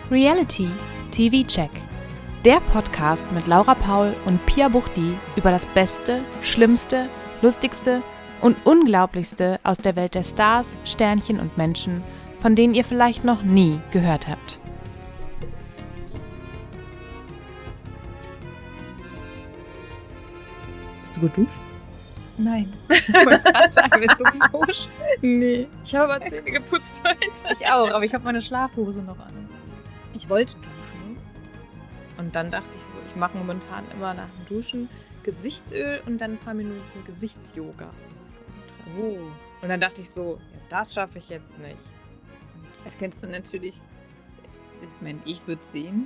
Reality TV Check. Der Podcast mit Laura Paul und Pia Buchti über das Beste, Schlimmste, Lustigste und Unglaublichste aus der Welt der Stars, Sternchen und Menschen, von denen ihr vielleicht noch nie gehört habt. Bist du geduscht? Nein. Ich wollte gerade sagen, bist du geduscht? Nee. Ich habe aber Zähne geputzt heute. Ich auch, aber ich habe meine Schlafhose noch an. Ich wollte duschen. Und dann dachte ich so, ich mache momentan immer nach dem Duschen Gesichtsöl und dann ein paar Minuten Gesichtsyoga. Oh. Und dann dachte ich so, ja, das schaffe ich jetzt nicht. Das könntest du natürlich. Ich meine, ich würde sehen.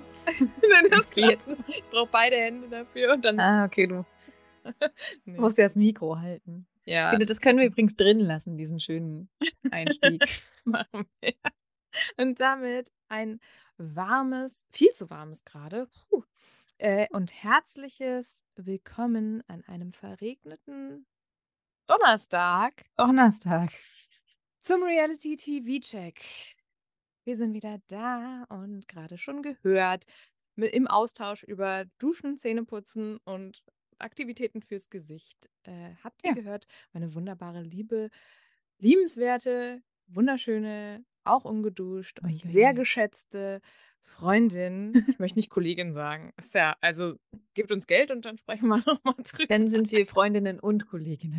Ich brauche beide Hände dafür und dann. Okay, du Nee. musst ja das Mikro halten. Ja, Ich finde, das können wir übrigens drin lassen, diesen schönen Einstieg. machen wir. Und damit ein warmes, viel zu warmes gerade, und herzliches Willkommen an einem verregneten Donnerstag Donnerstag. zum Reality TV Check. Wir sind wieder da und gerade schon gehört im Austausch über Duschen, Zähneputzen und Aktivitäten fürs Gesicht. Habt ihr Ja. gehört, meine wunderbare, liebenswerte, wunderschöne, auch ungeduscht und Ui. sehr geschätzte Freundin, ich möchte nicht Kollegin sagen, ist ja, also gebt uns Geld und dann sprechen wir nochmal drüber. Dann sind wir Freundinnen und Kolleginnen.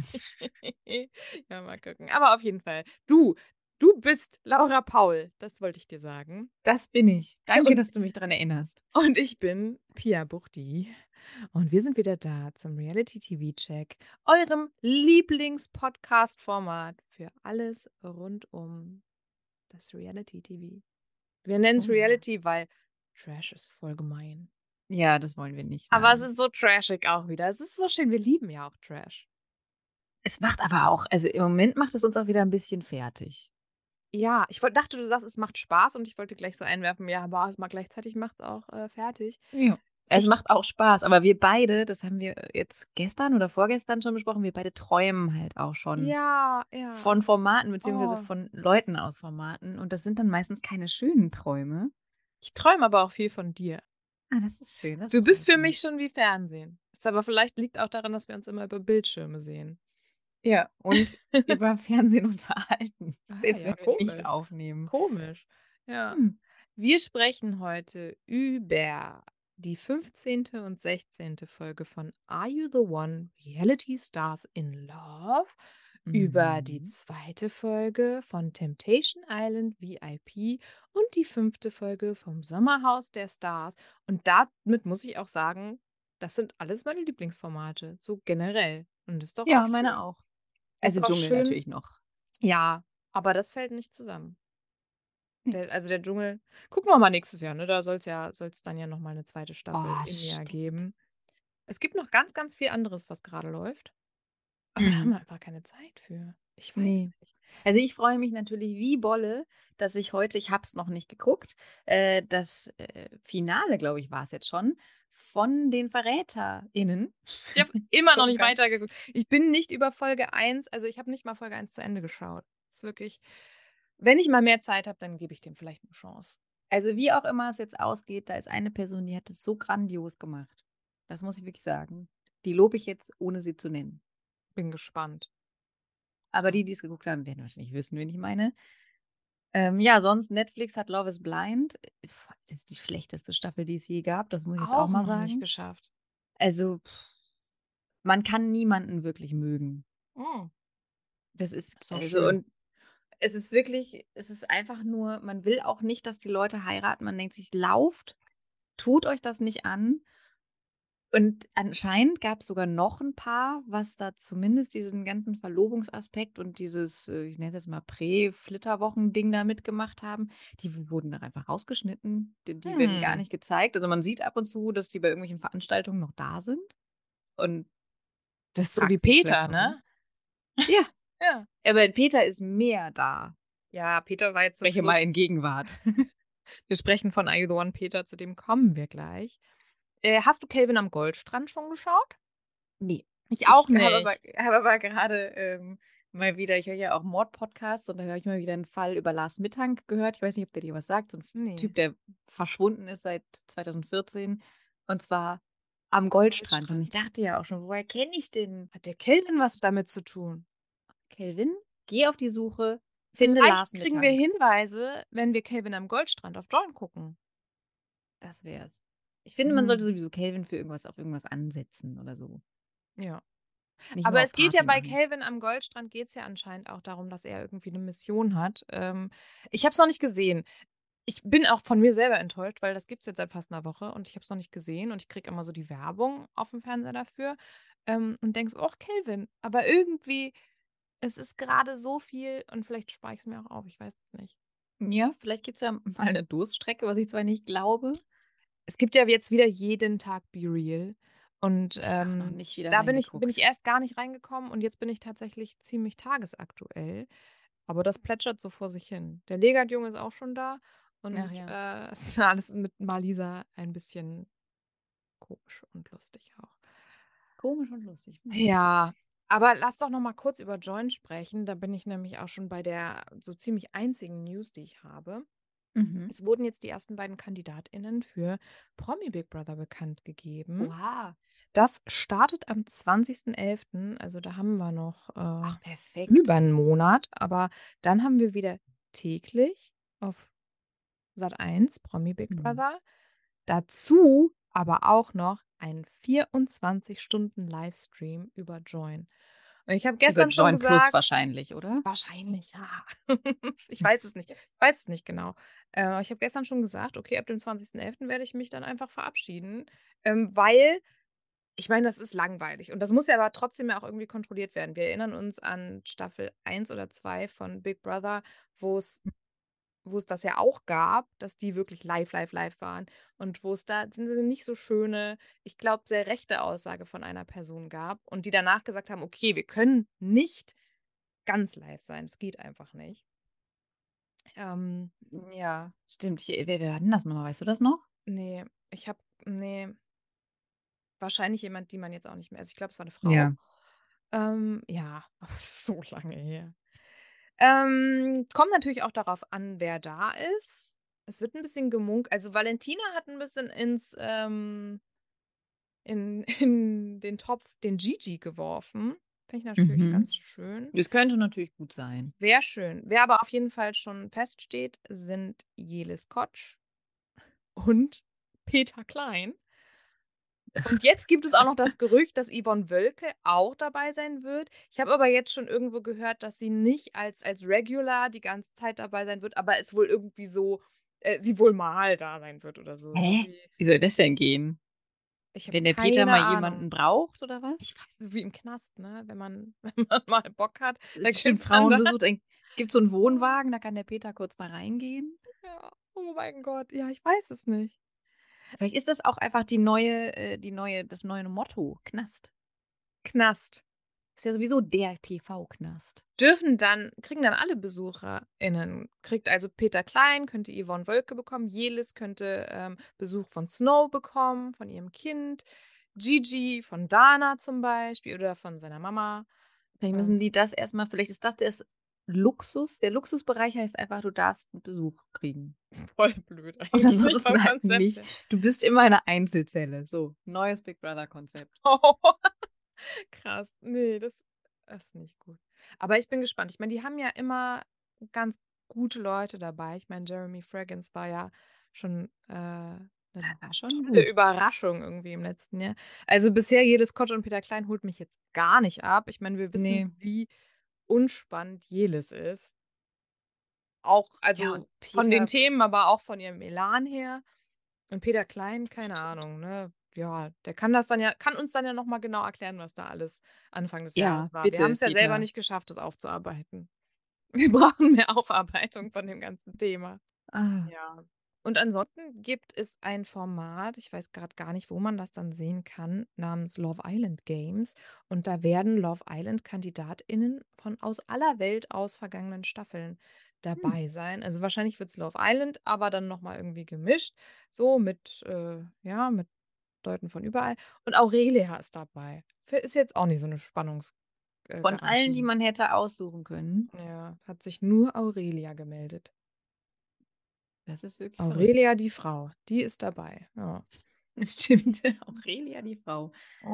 Ja, mal gucken. Aber auf jeden Fall, du bist Laura Paul, das wollte ich dir sagen. Das bin ich. Danke, Und- dass du mich daran erinnerst. Und ich bin Pia Buchti. Und wir sind wieder da zum Reality TV Check, eurem Lieblings-Podcast-Format für alles rund um das Reality TV. Wir nennen es Oh ja. Reality, weil Trash ist voll gemein. Ja, das wollen wir nicht sagen. Aber es ist so trashig auch wieder. Es ist so schön, wir lieben ja auch Trash. Es macht aber auch, also im Moment macht es uns auch wieder ein bisschen fertig. Ja, dachte, du sagst, es macht Spaß und ich wollte gleich so einwerfen, ja, aber mal gleichzeitig macht es auch fertig. Ja. Es Ich- macht auch Spaß, aber wir beide, das haben wir jetzt gestern oder vorgestern schon besprochen, wir beide träumen halt auch schon Ja. von Formaten, beziehungsweise Oh. von Leuten aus Formaten. Und das sind dann meistens keine schönen Träume. Ich träume aber auch viel von dir. Ah, das ist schön. Das Du bist freut für mich schon wie Fernsehen. Ist aber vielleicht liegt auch daran, dass wir uns immer über Bildschirme sehen. Ja, und über Fernsehen unterhalten. Selbst ja, wenn wir komisch. nicht aufnehmen. Komisch. Ja. Hm. Wir sprechen heute über die 15. und 16. Folge von Are You the One? Reality Stars in Love. Über die Mhm. 2. Folge von Temptation Island VIP und die 5. Folge vom Sommerhaus der Stars. Und damit muss ich auch sagen, das sind alles meine Lieblingsformate, so generell. Und das ist doch Ja, auch meine schön. auch. Ist Also auch Dschungel schön. natürlich noch. Ja, aber das fällt nicht zusammen. Nee. Der Dschungel. Gucken wir mal nächstes Jahr, ne? Da soll es dann ja nochmal eine 2. Staffel Oh, im Jahr stimmt. geben. Es gibt noch ganz, ganz viel anderes, was gerade läuft. Aber da haben wir einfach keine Zeit für. Ich weiß Nee. nicht. Also ich freue mich natürlich wie Bolle, dass ich heute, ich habe es noch nicht geguckt, das Finale, glaube ich, war es jetzt schon, von den VerräterInnen. Ich habe immer noch nicht Gucken kann. weitergeguckt. Ich bin nicht über Folge 1, also ich habe nicht mal Folge 1 zu Ende geschaut. Das ist wirklich, wenn ich mal mehr Zeit habe, dann gebe ich dem vielleicht eine Chance. Also wie auch immer es jetzt ausgeht, da ist eine Person, die hat es so grandios gemacht. Das muss ich wirklich sagen. Die lobe ich jetzt, ohne sie zu nennen. Bin gespannt. Aber die es geguckt haben, werden wahrscheinlich wissen, wen ich meine. Ja, sonst Netflix hat Love is Blind. Das ist die schlechteste Staffel, die es je gab. Das muss ich jetzt auch mal noch nicht sagen. geschafft. Also, man kann niemanden wirklich mögen. Oh. Das ist, Ist doch also, schön. und es ist wirklich, es ist einfach nur, man will auch nicht, dass die Leute heiraten. Man denkt sich, lauft, tut euch das nicht an. Und anscheinend gab es sogar noch ein Paar, was da zumindest diesen ganzen Verlobungsaspekt und dieses, ich nenne es jetzt mal Prä-Flitterwochen-Ding da mitgemacht haben. Die wurden dann einfach rausgeschnitten. Die werden gar nicht gezeigt. Also man sieht ab und zu, dass die bei irgendwelchen Veranstaltungen noch da sind. Und Das ist so fragt wie sich vielleicht, Peter, warum. ne? Ja, Ja. aber Peter ist mehr da. Ja, Peter war jetzt zum Spreche mal Schluss. in Gegenwart. Wir sprechen von Are You the One, Peter, zu dem kommen wir gleich. Hast du Calvin am Goldstrand schon geschaut? Nee. Ich auch Ich nicht. habe aber gerade mal wieder, ich höre ja auch Mord-Podcasts und da höre ich mal wieder einen Fall über Lars Mittank gehört. Ich weiß nicht, ob der dir was sagt. So ein Nee. Typ, der verschwunden ist seit 2014 und zwar am Am Goldstrand. Und Goldstrand. ich dachte ja auch schon, woher kenne ich den? Hat der Kelvin was damit zu tun? Kelvin, geh auf die Suche, finde Lars Vielleicht kriegen wir Mittank. Hinweise, wenn wir Kelvin am Goldstrand auf Join gucken. Das wär's. Ich finde, man sollte sowieso Kelvin für irgendwas auf irgendwas ansetzen oder so. Ja. Nicht Aber nur auf es geht ja Party bei machen. Kelvin am Goldstrand geht's ja anscheinend auch darum, dass er irgendwie eine Mission hat. Ich habe es noch nicht gesehen. Ich bin auch von mir selber enttäuscht, weil das gibt's jetzt seit fast einer Woche und ich habe es noch nicht gesehen und ich kriege immer so die Werbung auf dem Fernseher dafür, und denke so: „Och, Kelvin." Aber irgendwie es ist gerade so viel und vielleicht spare ich's mir auch auf, ich weiß es nicht. Ja, vielleicht gibt's ja mal eine Durststrecke, was ich zwar nicht glaube. Es gibt ja jetzt wieder jeden Tag Be Real und, Ich habe noch nicht wieder da bin ich reingeguckt. erst gar nicht reingekommen und jetzt bin ich tatsächlich ziemlich tagesaktuell. Aber das plätschert so vor sich hin. Der Legat-Junge ist auch schon da Ach und, ja. es ist alles mit Malisa ein bisschen komisch und lustig auch. Komisch und lustig. Ja, aber lass doch noch mal kurz über Join sprechen. Da bin ich nämlich auch schon bei der so ziemlich einzigen News, die ich habe. Mhm. Es wurden jetzt die ersten beiden KandidatInnen für Promi Big Brother bekannt gegeben. Oha. Das startet am 20.11., also da haben wir noch, Ach, perfekt. über 'n Monat, aber dann haben wir wieder täglich auf Sat.1 Promi Big Mhm. Brother. Dazu aber auch noch einen 24 Stunden Livestream über Join. Und ich habe Über gestern schon Join Plus gesagt wahrscheinlich, oder? wahrscheinlich, ja. Ich weiß es nicht. Ich weiß es nicht genau. Ich habe gestern schon gesagt: „Okay, ab dem 20.11. werde ich mich dann einfach verabschieden", weil ich meine, das ist langweilig und das muss ja aber trotzdem ja auch irgendwie kontrolliert werden. Wir erinnern uns an Staffel 1 oder 2 von Big Brother, wo es das ja auch gab, dass die wirklich live, live, live waren und wo es da 'ne nicht so schöne, ich glaube, sehr rechte Aussage von einer Person gab und die danach gesagt haben: „Okay, wir können nicht ganz live sein. Es geht einfach nicht." Ähm, Ja, stimmt. Wer war denn das noch mal? Weißt du das noch? ne, ne, wahrscheinlich jemand, die man jetzt auch nicht mehr, also, ich glaube, es war 'ne Frau. Ja. Ja, aber so lange her. Kommt natürlich auch darauf an, wer da ist. Es wird 'n bisschen also, Valentina hat 'n bisschen in den Topf den Gigi geworfen. Finde ich natürlich Mhm. ganz schön. Das könnte natürlich gut sein. Wäre schön. Wer aber auf jeden Fall schon feststeht, sind Jelis Kotsch und Peter Klein. Und jetzt gibt es auch noch das Gerücht, dass Yvonne Wölke auch dabei sein wird. Ich habe aber jetzt schon irgendwo gehört, dass sie nicht als Regular die ganze Zeit dabei sein wird, aber es wohl irgendwie so sie wohl mal da sein wird oder so. So Hä? wie Wie soll das denn gehen? ich habe Wenn der Peter keine mal Ahnung. jemanden braucht oder Ich was? weiß nicht, wie im Knast, ne? Wenn man wenn man mal Bock hat, dann Ist stimmt, gibt's dann da Frauenbesuch, dann gibt's so 'n Wohnwagen, da kann der Peter kurz mal reingehen. ja, oh mein Gott, ja, ich weiß es nicht. Vielleicht ist das auch einfach das neue Motto, Knast. Knast. Ist ja sowieso der TV-Knast. Kriegen dann alle BesucherInnen kriegt also Peter Klein könnte Yvonne Wölke bekommen, Jelis könnte, Besuch von Snow bekommen, von ihrem Kind, Gigi von Dana zum Beispiel oder von seiner Mama. Vielleicht müssen die das erst mal vielleicht ist das das Luxus. Der Luxusbereich heißt einfach, du darfst 'n Besuch kriegen. Voll blöd Und eigentlich ansonsten vom halt Konzept nicht. her. Du bist immer eine Einzelzelle. So, neues Big Brother-Konzept. Krass. Ne, das ist nicht gut. Aber ich bin gespannt. Ich meine, die haben ja immer ganz gute Leute dabei. Ich meine, Jeremy Fragrance war ja schon, 'ne War schon tolle gut. Überraschung irgendwie im letzten Jahr. Also, bisher Jedes Kotsch und Peter Klein holt mich jetzt gar nicht ab. Ich meine, wir Ne. wissen, wie unspannend Jelis ist. Auch Ja, und also, von den Peter, Themen, aber auch von ihrem Elan her. Und Peter Klein, keine stimmt. Ahnung, ne? Ja, der kann uns dann ja noch mal genau erklären, was da alles Anfang des Ja, Jahres war. Wir bitte, haben's ja selber Peter. nicht geschafft, das aufzuarbeiten. Wir brauchen mehr Aufarbeitung von dem ganzen Thema. Ah. Ja. Und ansonsten gibt es ein Format, ich weiß grad gar nicht, wo man das dann sehen kann, namens Love Island Games. Und da werden Love Island-KandidatInnen von aus aller Welt aus vergangenen Staffeln Hm. dabei sein. Also, wahrscheinlich wird's Love Island, aber dann noch mal irgendwie gemischt, so mit, ja, Leuten von überall. Und Aurelia ist dabei. Ist jetzt auch nicht so 'ne Spannungskandidatin, Von allen, die Garantie. man hätte aussuchen können. Ja, hat sich nur Aurelia gemeldet. Das ist wirklich verrückt. Aurelia, die Frau, die ist dabei. Ja. Stimmt. Aurelia, die Frau.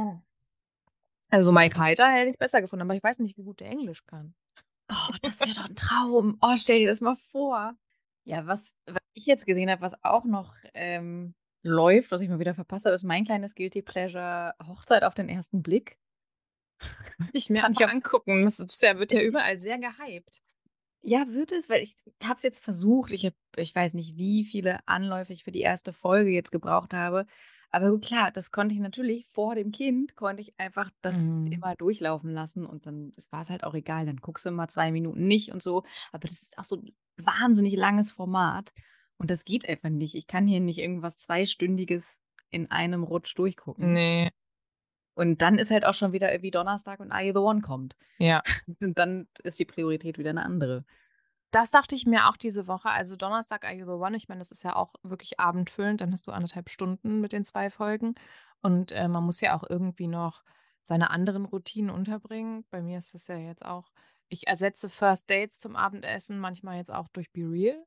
Also Mike Heiter hätte ich besser gefunden, aber ich weiß nicht, wie gut der Englisch kann. Oh, das wäre doch ein Traum. Oh, stell dir das mal vor. Ja, was ich jetzt gesehen habe, was auch noch läuft, was ich mal wieder verpasst habe, ist mein kleines Guilty Pleasure Hochzeit auf den ersten Blick. Ich mir Fand ich aber angucken. Das ist ja, wird ja Es ist- überall sehr gehypt. Ja, wird es, weil ich habe es jetzt versucht. Ich weiß nicht, wie viele Anläufe ich für die erste Folge jetzt gebraucht habe. Aber gut, klar, das konnte ich natürlich vor dem Kind, konnte ich einfach das immer durchlaufen lassen und dann war es halt auch egal. Dann guckst du mal 2 Minuten nicht und so. Aber das ist auch so ein wahnsinnig langes Format und das geht einfach nicht. Ich kann hier nicht irgendwas Zweistündiges in einem Rutsch durchgucken. Nee, Und dann ist halt auch schon wieder irgendwie Donnerstag und Are You the One kommt. ja. Und dann ist die Priorität wieder eine andere. Das dachte ich mir auch diese Woche. Also Donnerstag Are You the One? Ich meine, das ist ja auch wirklich abendfüllend. Dann hast du 1,5 Stunden mit den 2 Folgen. Und man muss ja auch irgendwie noch seine anderen Routinen unterbringen. Bei mir ist das ja jetzt auch, ich ersetze First Dates zum Abendessen manchmal jetzt auch durch Be Real.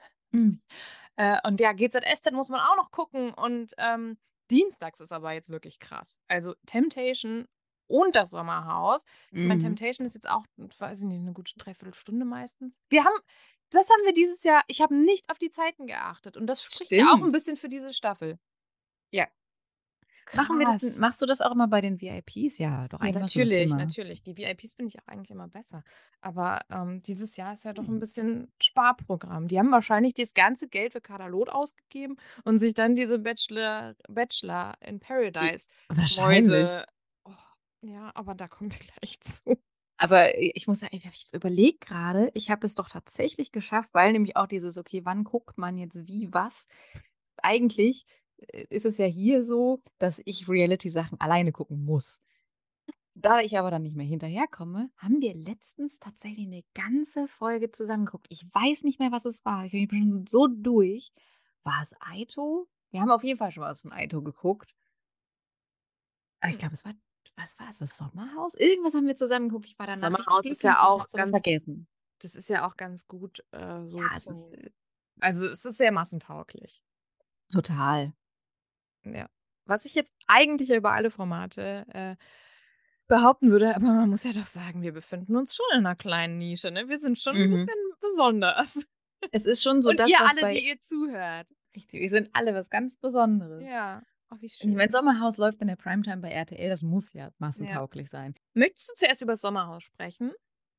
Und ja, GZSZ muss man auch noch gucken. Und dienstags ist aber jetzt wirklich krass. Also Temptation und das Sommerhaus. Ich meine, Temptation ist jetzt auch, weiß ich nicht, eine gute Dreiviertelstunde meistens. Das haben wir dieses Jahr, ich habe nicht auf die Zeiten geachtet. Und das spricht ja auch ein Stimmt. bisschen für diese Staffel. Ja. Krass. Machst du das auch immer bei den VIPs? Ja, doch, Ja, eigentlich machst du das immer. natürlich. Die VIPs finde ich auch eigentlich immer besser. Aber dieses Jahr ist ja doch ein bisschen Sparprogramm. Die haben wahrscheinlich das ganze Geld für Katalot ausgegeben und sich dann diese Bachelor in Paradise Wahrscheinlich. Mäuse. Oh, ja, aber da kommen wir gleich zu. Aber ich muss sagen, ich überlege gerade, ich habe es doch tatsächlich geschafft, weil nämlich auch dieses, okay, wann guckt man jetzt wie was? Eigentlich ist es ja hier so, dass ich Reality-Sachen alleine gucken muss. Da ich aber dann nicht mehr hinterherkomme, haben wir letztens tatsächlich eine ganze Folge zusammengeguckt. Ich weiß nicht mehr, was es war. Ich bin schon so durch. War es Aito? Wir haben auf jeden Fall schon was von Aito geguckt. Aber ich glaube, es war, was war es, das Sommerhaus? Irgendwas haben wir zusammen geguckt. Ich war Das danach richtig Sommerhaus ist ja glücklich und auch hab's aber ganz, vergessen. das ist ja auch ganz gut so Ja, es zu, ist also es ist sehr massentauglich. total. Ja. Was ich jetzt eigentlich ja über alle Formate behaupten würde, aber man muss ja doch sagen, wir befinden uns schon in einer kleinen Nische, ne? Wir sind schon ein bisschen besonders. Es ist schon so Und das, ihr was alle, bei die ihr zuhört. richtig, wir sind alle was ganz Besonderes. Ja. Oh, wie Und ich schön. meine, Sommerhaus läuft in der Primetime bei RTL, das muss ja massentauglich sein. Möchtest du zuerst über das Sommerhaus sprechen?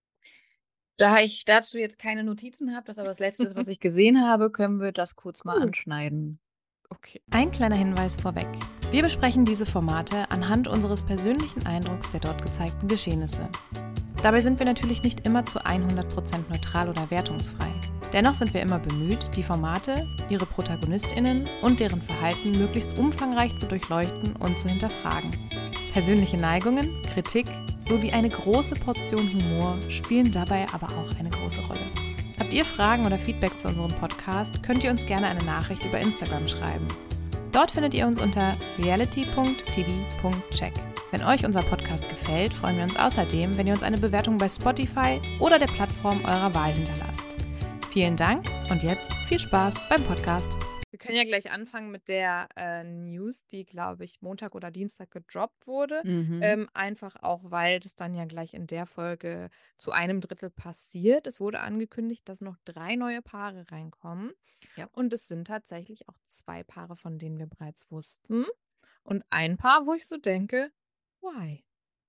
Da ich dazu jetzt keine Notizen habe, das aber das Letzte ist, was ich gesehen habe, können wir das kurz mal anschneiden. Okay. Ein kleiner Hinweis vorweg. Wir besprechen diese Formate anhand unseres persönlichen Eindrucks der dort gezeigten Geschehnisse. Dabei sind wir natürlich nicht immer zu 100% neutral oder wertungsfrei. Dennoch sind wir immer bemüht, die Formate, ihre ProtagonistInnen und deren Verhalten möglichst umfangreich zu durchleuchten und zu hinterfragen. Persönliche Neigungen, Kritik sowie eine große Portion Humor spielen dabei aber auch eine große Rolle. Habt ihr Fragen oder Feedback zu unserem Podcast, könnt ihr uns gerne eine Nachricht über Instagram schreiben. Dort findet ihr uns unter reality.tv.check. Wenn euch unser Podcast gefällt, freuen wir uns außerdem, wenn ihr uns eine Bewertung bei Spotify oder der Plattform eurer Wahl hinterlasst. Vielen Dank und jetzt viel Spaß beim Podcast. Wir können ja gleich anfangen mit der News, die, glaube ich, Montag oder Dienstag gedroppt wurde. Einfach auch, weil das dann ja gleich in der Folge zu 1/3 passiert. Es wurde angekündigt, dass noch 3 neue Paare reinkommen. Ja. Und es sind tatsächlich auch 2 Paare, von denen wir bereits wussten. Und ein Paar, wo ich so denke, why?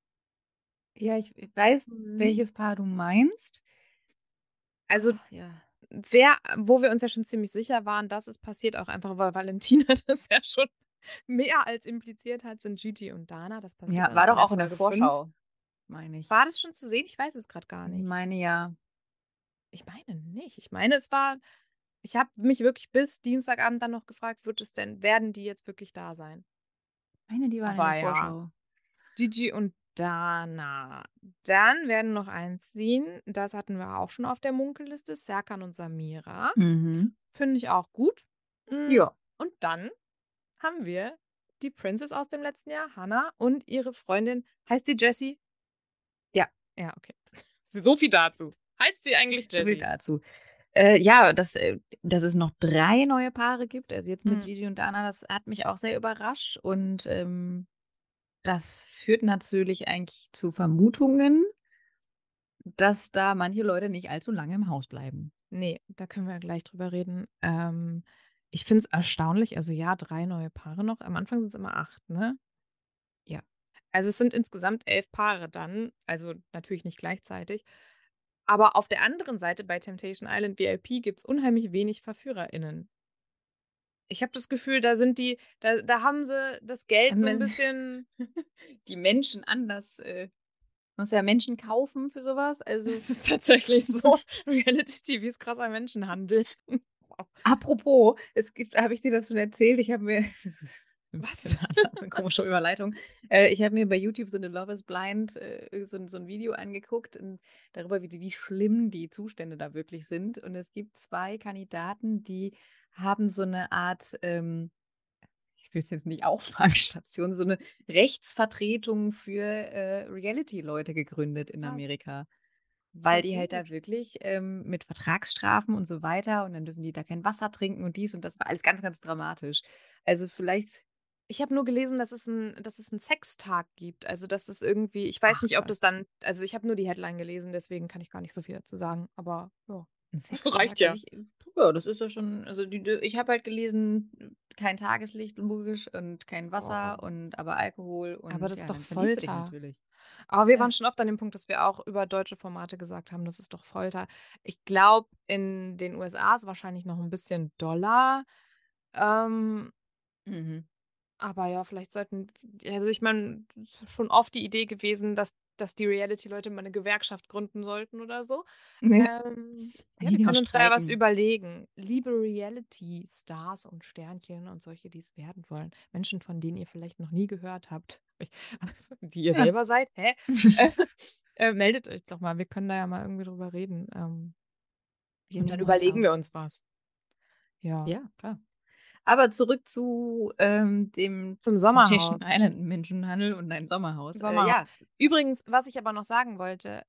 Ja, ich weiß, welches Paar du meinst. Also, ja. wo wir uns ja schon ziemlich sicher waren, dass es passiert, auch einfach, weil Valentina das ja schon mehr als impliziert hat, sind Gigi und Dana. Das passiert Ja, dann war doch auch in der Folge Vorschau, 5. meine ich. War das schon zu sehen? Ich weiß es gerade gar Ich nicht. meine ja. Ich meine nicht. Ich meine, ich habe mich wirklich bis Dienstagabend dann noch gefragt, werden die jetzt wirklich da sein? Ich meine, die waren Aber in der Vorschau. Gigi und Dana. Dann werden noch einziehen. Das hatten wir auch schon auf der Munkelliste. Serkan und Samira. Finde ich auch gut. Ja. Und dann haben wir die Princess aus dem letzten Jahr, Hannah, und ihre Freundin, heißt die Jessie? Ja. Ja, okay. So viel dazu. Heißt sie eigentlich So viel Jessie? dazu. Ja, dass es noch 3 neue Paare gibt, also jetzt mit Mhm. Gigi und Dana, das hat mich auch sehr überrascht und, das führt natürlich eigentlich zu Vermutungen, dass da manche Leute nicht allzu lange im Haus bleiben. Ne, da können wir gleich drüber reden. Ich finde es erstaunlich, also ja, 3 neue Paare noch. Am Anfang sind es immer 8, ne? Ja. Also, es sind insgesamt 11 Paare dann, also natürlich nicht gleichzeitig. Aber auf der anderen Seite bei Temptation Island VIP gibt's unheimlich wenig VerführerInnen. Ich habe das Gefühl, da haben sie das Geld so 'n Men bisschen Die Menschen anders, muss ja Menschen kaufen für so was, also es ist tatsächlich so, Reality-TV ist krasser Menschenhandel. Wow. apropos, es gibt habe ich dir das schon erzählt? Ich habe mir das ist 'n Was? bisschen anders, 'ne komische Überleitung. Ich habe mir bei YouTube so 'ne Love is Blind so 'n Video angeguckt darüber, wie schlimm die Zustände da wirklich sind. Und es gibt 2 Kandidaten, die haben so 'ne Art, ich will es jetzt nicht Auffangstation, so 'ne Rechtsvertretung für, Reality-Leute gegründet in Krass, Amerika. Weil voll die halt da gut. wirklich, mit Vertragsstrafen und so weiter und dann dürfen die da kein Wasser trinken und dies und das war alles ganz, ganz dramatisch. Also, vielleicht Ich habe nur gelesen, dass es 'n Sextag gibt. Also, dass es irgendwie ich weiß ach nicht, ob das krass, dann also, ich habe nur die Headline gelesen, deswegen kann ich gar nicht so viel dazu sagen, aber ja, 'n reicht Sextag? Also, ja. ja, das ist ja schon also, ich habe halt gelesen, kein Tageslicht logisch und kein Oh, Wasser und aber Alkohol aber und das ist ja, doch dann verliebst du dich Folter. natürlich. Aber wir waren Ja. schon oft an dem Punkt, dass wir auch über deutsche Formate gesagt haben, das ist doch Folter. Ich glaube, in den USA ist wahrscheinlich noch 'n bisschen doller, ähm, Mhm. aber ja, vielleicht sollten also, ich meine, es ist schon oft die Idee gewesen, dass die Reality-Leute mal 'ne Gewerkschaft gründen sollten oder so. Ja, dann Ja, gehen wir die mal können uns da ja was streiken. überlegen. Liebe Reality-Stars und Sternchen und solche, die es werden wollen. Menschen, von denen ihr vielleicht noch nie gehört habt, die ihr Ja. selber seid. Hä? Äh, meldet euch doch mal. Wir können da ja mal irgendwie drüber reden. Wir Und dann nehmen euch überlegen auf. wir uns was. Ja. Ja, klar. Aber zurück zu, dem Zum Temptation Sommerhaus. Island Menschenhandel und dein Sommerhaus. Sommerhaus. Ja. Übrigens, was ich aber noch sagen wollte,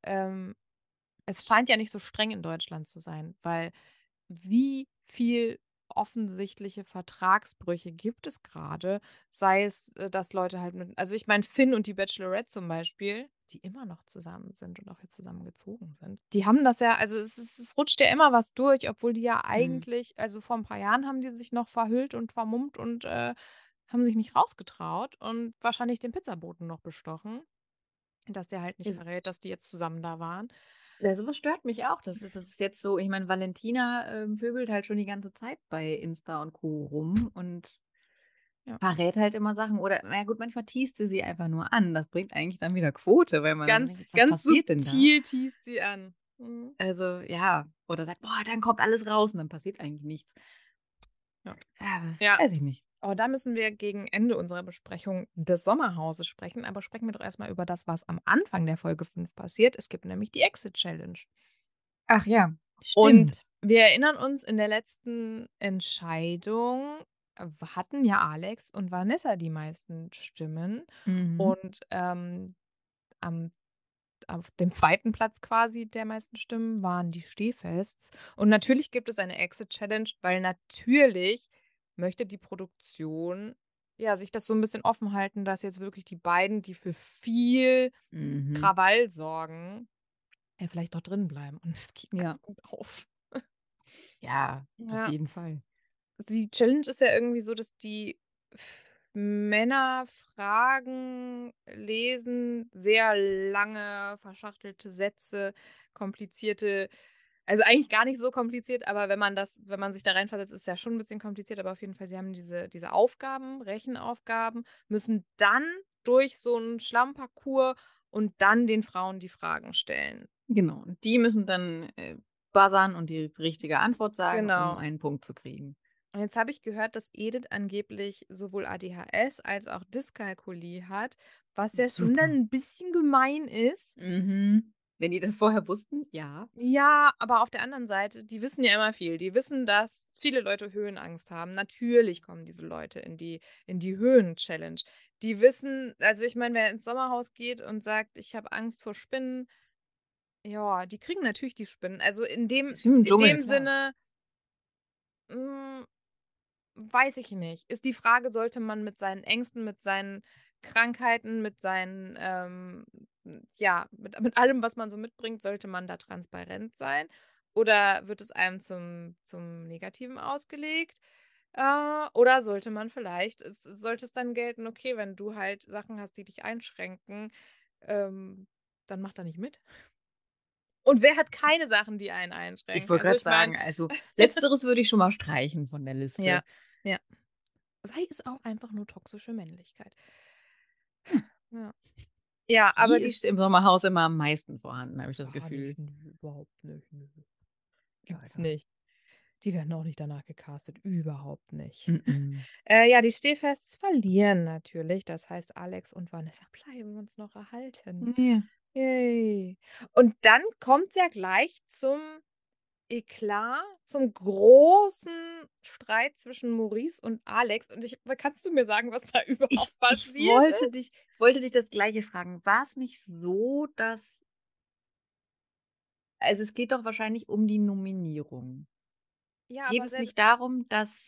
es scheint ja nicht so streng in Deutschland zu sein, weil wie viel offensichtliche Vertragsbrüche gibt es gerade? Sei es, dass Leute halt mit also, ich meine, Finn und die Bachelorette zum Beispiel, die immer noch zusammen sind und auch jetzt zusammengezogen sind. Die haben das ja also, es rutscht ja immer was durch, obwohl die ja Mhm. eigentlich also, vor ein paar Jahren haben die sich noch verhüllt und vermummt und, haben sich nicht rausgetraut und wahrscheinlich den Pizzaboten noch bestochen, dass der halt nicht Es verrät, dass die jetzt zusammen da waren. Ja, so was stört mich auch. Das ist jetzt so ich meine, Valentina, pöbelt halt schon die ganze Zeit bei Insta und Co. rum und Ja. verrät halt immer Sachen oder na ja gut, manchmal teast sie einfach nur an. Das bringt eigentlich dann wieder Quote, weil man dann Ganz denkt: „Was ganz passiert denn da?“ subtil teast sie an. Mhm. Also, ja. Oder sagt: „Boah, dann kommt alles raus“ und dann passiert eigentlich nichts. Ja. Ja, Ja, weiß ich nicht. aber da müssen wir gegen Ende unserer Besprechung des Sommerhauses sprechen. Aber sprechen wir doch erst mal über das, was am Anfang der Folge 5 passiert. Es gibt nämlich die Exit Challenge. Ach ja, Und stimmt. wir erinnern uns, in der letzten Entscheidung hatten ja Alex und Vanessa die meisten Stimmen. Mhm. Und, am auf dem zweiten Platz quasi der meisten Stimmen waren die Stehfests. Und natürlich gibt es eine Exit Challenge, weil natürlich möchte die Produktion, ja, sich das so ein bisschen offen halten, dass jetzt wirklich die beiden, die für viel Mhm. Krawall sorgen, ja, vielleicht doch drin bleiben. Und es geht Ja. ganz gut auf. Ja, auf Ja. jeden Fall. Die Challenge ist ja irgendwie so, dass die Männer Fragen lesen, sehr lange, verschachtelte Sätze, komplizierte also eigentlich gar nicht so kompliziert, aber wenn man sich da reinversetzt, ist es ja schon ein bisschen kompliziert, aber auf jeden Fall, sie haben diese Aufgaben, Rechenaufgaben, müssen dann durch so 'n Schlammparcours und dann den Frauen die Fragen stellen. Genau. Und die müssen dann, buzzern und die richtige Antwort sagen, um Genau. einen Punkt zu kriegen. Und jetzt habe ich gehört, dass Edith angeblich sowohl ADHS als auch Dyskalkulie hat, was ja schon dann Super. 'n bisschen gemein ist. Mhm. Wenn die das vorher wussten, ja. Ja, aber auf der anderen Seite, die wissen ja immer viel. Die wissen, dass viele Leute Höhenangst haben. Natürlich kommen diese Leute in die Höhen-Challenge. Die wissen also, ich meine, wer ins Sommerhaus geht und sagt: „Ich habe Angst vor Spinnen“, Ja, die kriegen natürlich die Spinnen. Also in dem, Ist wie im in Dschungel, dem klar. Sinne, mm, weiß ich nicht. Ist die Frage, sollte man mit seinen Ängsten, mit seinen Krankheiten, mit seinen, ja, mit allem, was man so mitbringt, sollte man da transparent sein? Oder wird es einem zum Negativen ausgelegt? Oder sollte man vielleicht, sollte es dann gelten, okay, wenn du halt Sachen hast, die dich einschränken, ähm, dann mach da nicht mit. Und wer hat keine Sachen, die einen Ich einschränken? wollte Also gerade ich meine, sagen, also letzteres würde ich schon mal streichen von der ja, Liste. ja. Sei es auch einfach nur toxische Männlichkeit. Ja. Ja, Die aber die. ist im Sommerhaus immer am meisten vorhanden, habe ich das Gar Gefühl. nicht, nö, überhaupt nicht, nö. Ja, Gibt's egal. nicht. Die werden auch nicht danach gecastet, überhaupt nicht. Mm-mm. Ja, die Stehfests verlieren natürlich. Das heißt, Alex und Vanessa bleiben uns noch erhalten. Nee. Yay. Und dann kommt's ja gleich zum Eklat, zum großen Streit zwischen Maurice und Alex. Und kannst du mir sagen, was da Ich, überhaupt ich passiert ist? wollte dich das Gleiche fragen. War es nicht so, also es geht doch wahrscheinlich um die Nominierung. Ja, Geht aber es selbst nicht darum,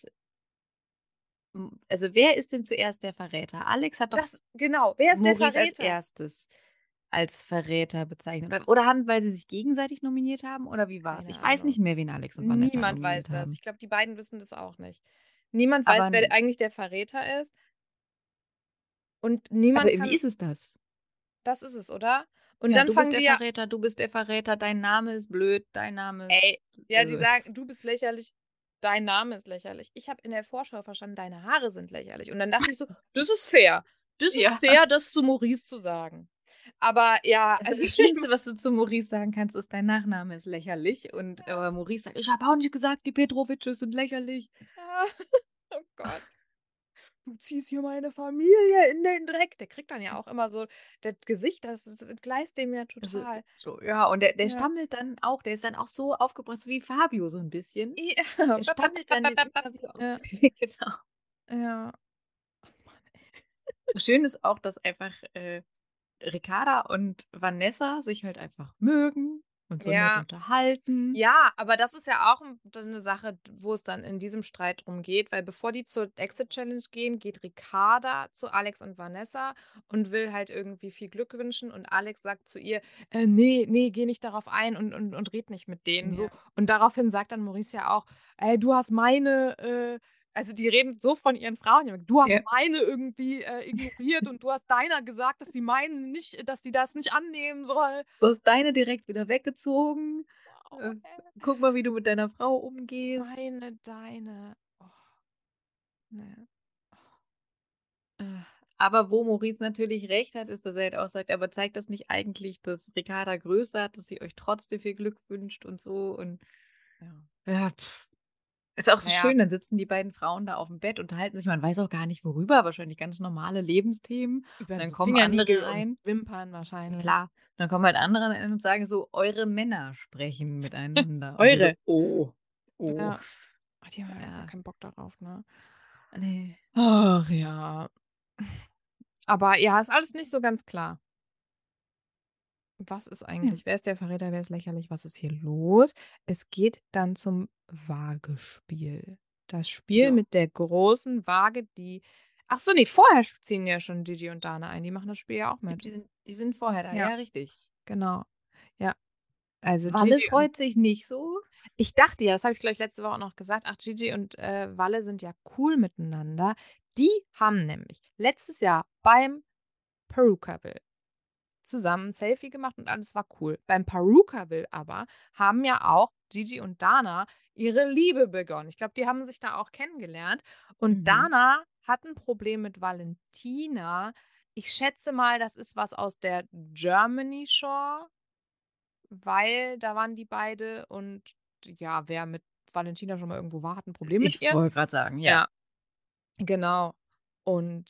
also wer ist denn zuerst der Verräter? Alex hat doch das, genau. Wer ist der Maurice als Verräter? erstes als Verräter bezeichnet. Oder haben, weil sie sich gegenseitig nominiert haben? Oder wie war es? Keine Ich weiß nicht Ahnung. mehr, wen Alex und Vanessa Niemand weiß nominiert das. haben. Ich glaube, die beiden wissen das auch nicht. Niemand weiß, Aber, wer eigentlich der Verräter ist. Und aber niemand wie kann. ist es das? Das ist es, oder? Und Ja, dann du bist fangen der die ja. Verräter, du bist der Verräter, dein Name ist blöd, dein Name ist. Ey, ja, die Also, sagen, du bist lächerlich, dein Name ist lächerlich. Ich habe in der Vorschau verstanden, deine Haare sind lächerlich. Und dann dachte ich so, das ist fair. Das ist ja. fair, das zu Maurice zu sagen. Aber ja, Also also das Schlimmste, was du zu Maurice sagen kannst, ist, dein Nachname ist lächerlich. Und aber Maurice sagt, ich habe auch nicht gesagt, die Petrovices sind lächerlich. ja, oh Gott. Du ziehst hier meine Familie in den Dreck. Der kriegt dann ja auch immer so, das Gesicht, das entgleist dem ja Also, total. so, ja, und der Ja. stammelt dann auch, der ist dann auch so aufgebracht wie Fabio so ein bisschen. Ja. Der stammelt dann in Interview aus. Ja. Genau. Ja. Schön ist auch, dass einfach Ricarda und Vanessa sich halt einfach mögen und so nett Ja. unterhalten. Ja, aber das ist ja auch eine Sache, wo es dann in diesem Streit drum geht, weil bevor die zur Exit Challenge gehen, geht Ricarda zu Alex und Vanessa und will halt irgendwie viel Glück wünschen und Alex sagt zu ihr, nee, nee, geh nicht darauf ein und red nicht mit denen so. Ja. Und daraufhin sagt dann Maurice ja auch, ey, du hast meine, also die reden so von ihren Frauen, die sagen, du hast Ja. meine irgendwie ignoriert und du hast deiner gesagt, dass sie meinen nicht, dass sie das nicht annehmen soll. Du hast deine direkt wieder weggezogen. Wow, Guck mal, wie du mit deiner Frau umgehst. deine. Oh, ne. Äh, Aber wo Maurice natürlich recht hat, ist, dass er halt auch sagt, aber zeigt das nicht eigentlich, dass Ricarda größer hat, dass sie euch trotzdem viel Glück wünscht und so. Und Ja. ja, ist auch so Naja, schön, dann sitzen die beiden Frauen da auf dem Bett, unterhalten sich, man weiß auch gar nicht worüber, wahrscheinlich ganz normale Lebensthemen. Und über dann so kommen andere Fingernägel und rein. Wimpern wahrscheinlich. Klar. Und dann kommen halt andere rein und sagen so, eure Männer sprechen miteinander. Und die so, Eure. oh. Ja. Ach, die haben halt auch gar Ja, keinen Bock darauf, ne? nee. Ach ja. Aber ja, ist alles nicht so ganz klar. Was ist Ja. eigentlich? Wer ist der Verräter? Wer ist lächerlich? Was ist hier los? Es geht dann zum Waagespiel. Das Spiel Ja. mit der großen Waage, die. Ach so, nee, vorher ziehen ja schon Gigi und Dana ein. Die machen das Spiel ja auch Stimmt, mit. die sind vorher da, Ja, ja, richtig. genau. Ja, also Walle Gigi und. freut sich nicht so. Ich dachte ja, das habe ich gleich letzte Woche auch noch gesagt. Ach, Gigi und Walle sind ja cool miteinander. Die haben nämlich letztes Jahr beim Perukaville zusammen ein Selfie gemacht und alles war cool. Beim Perukaville aber haben ja auch Gigi und Dana ihre Liebe begonnen. Ich glaube, die haben sich da auch kennengelernt. Und Mhm. Dana hat ein Problem mit Valentina. Ich schätze mal, das ist was aus der Germany Shore, weil da waren die beide und ja, wer mit Valentina schon mal irgendwo war, hat ein Problem mit Ich ihr. wollte gerade sagen, ja. Ja, genau. Und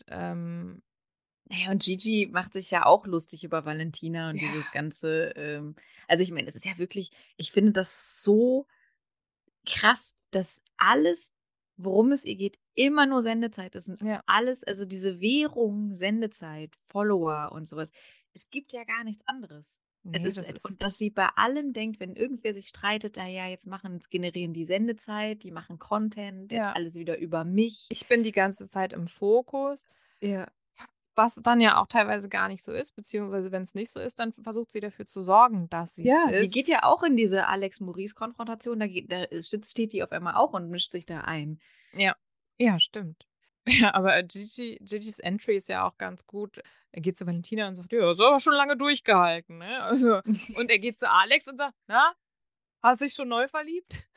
Naja, und Gigi macht sich ja auch lustig über Valentina und ja, dieses ganze, also ich meine, es ist ja wirklich, ich finde das so krass, dass alles, worum es ihr geht, immer nur Sendezeit ist und ja, alles, also diese Währung, Sendezeit, Follower und sowas. Es gibt ja gar nichts anderes. Nee, das ist. Und dass sie bei allem denkt, wenn irgendwer sich streitet, jetzt generieren die Sendezeit, die machen Content, jetzt Ja. alles wieder über mich. Ich bin die ganze Zeit im Fokus, Ja. was dann ja auch teilweise gar nicht so ist, beziehungsweise wenn es nicht so ist, dann versucht sie dafür zu sorgen, dass sie es Ja, die ist. geht ja auch in diese Alex-Maurice-Konfrontation, steht die auf einmal auch und mischt sich da ein. Ja, stimmt. Ja, aber Gigis Entry ist ja auch ganz gut. Er geht zu Valentina und sagt, ja, ist aber schon lange durchgehalten, ne? Also, und er geht zu Alex und sagt, na, hast dich schon neu verliebt?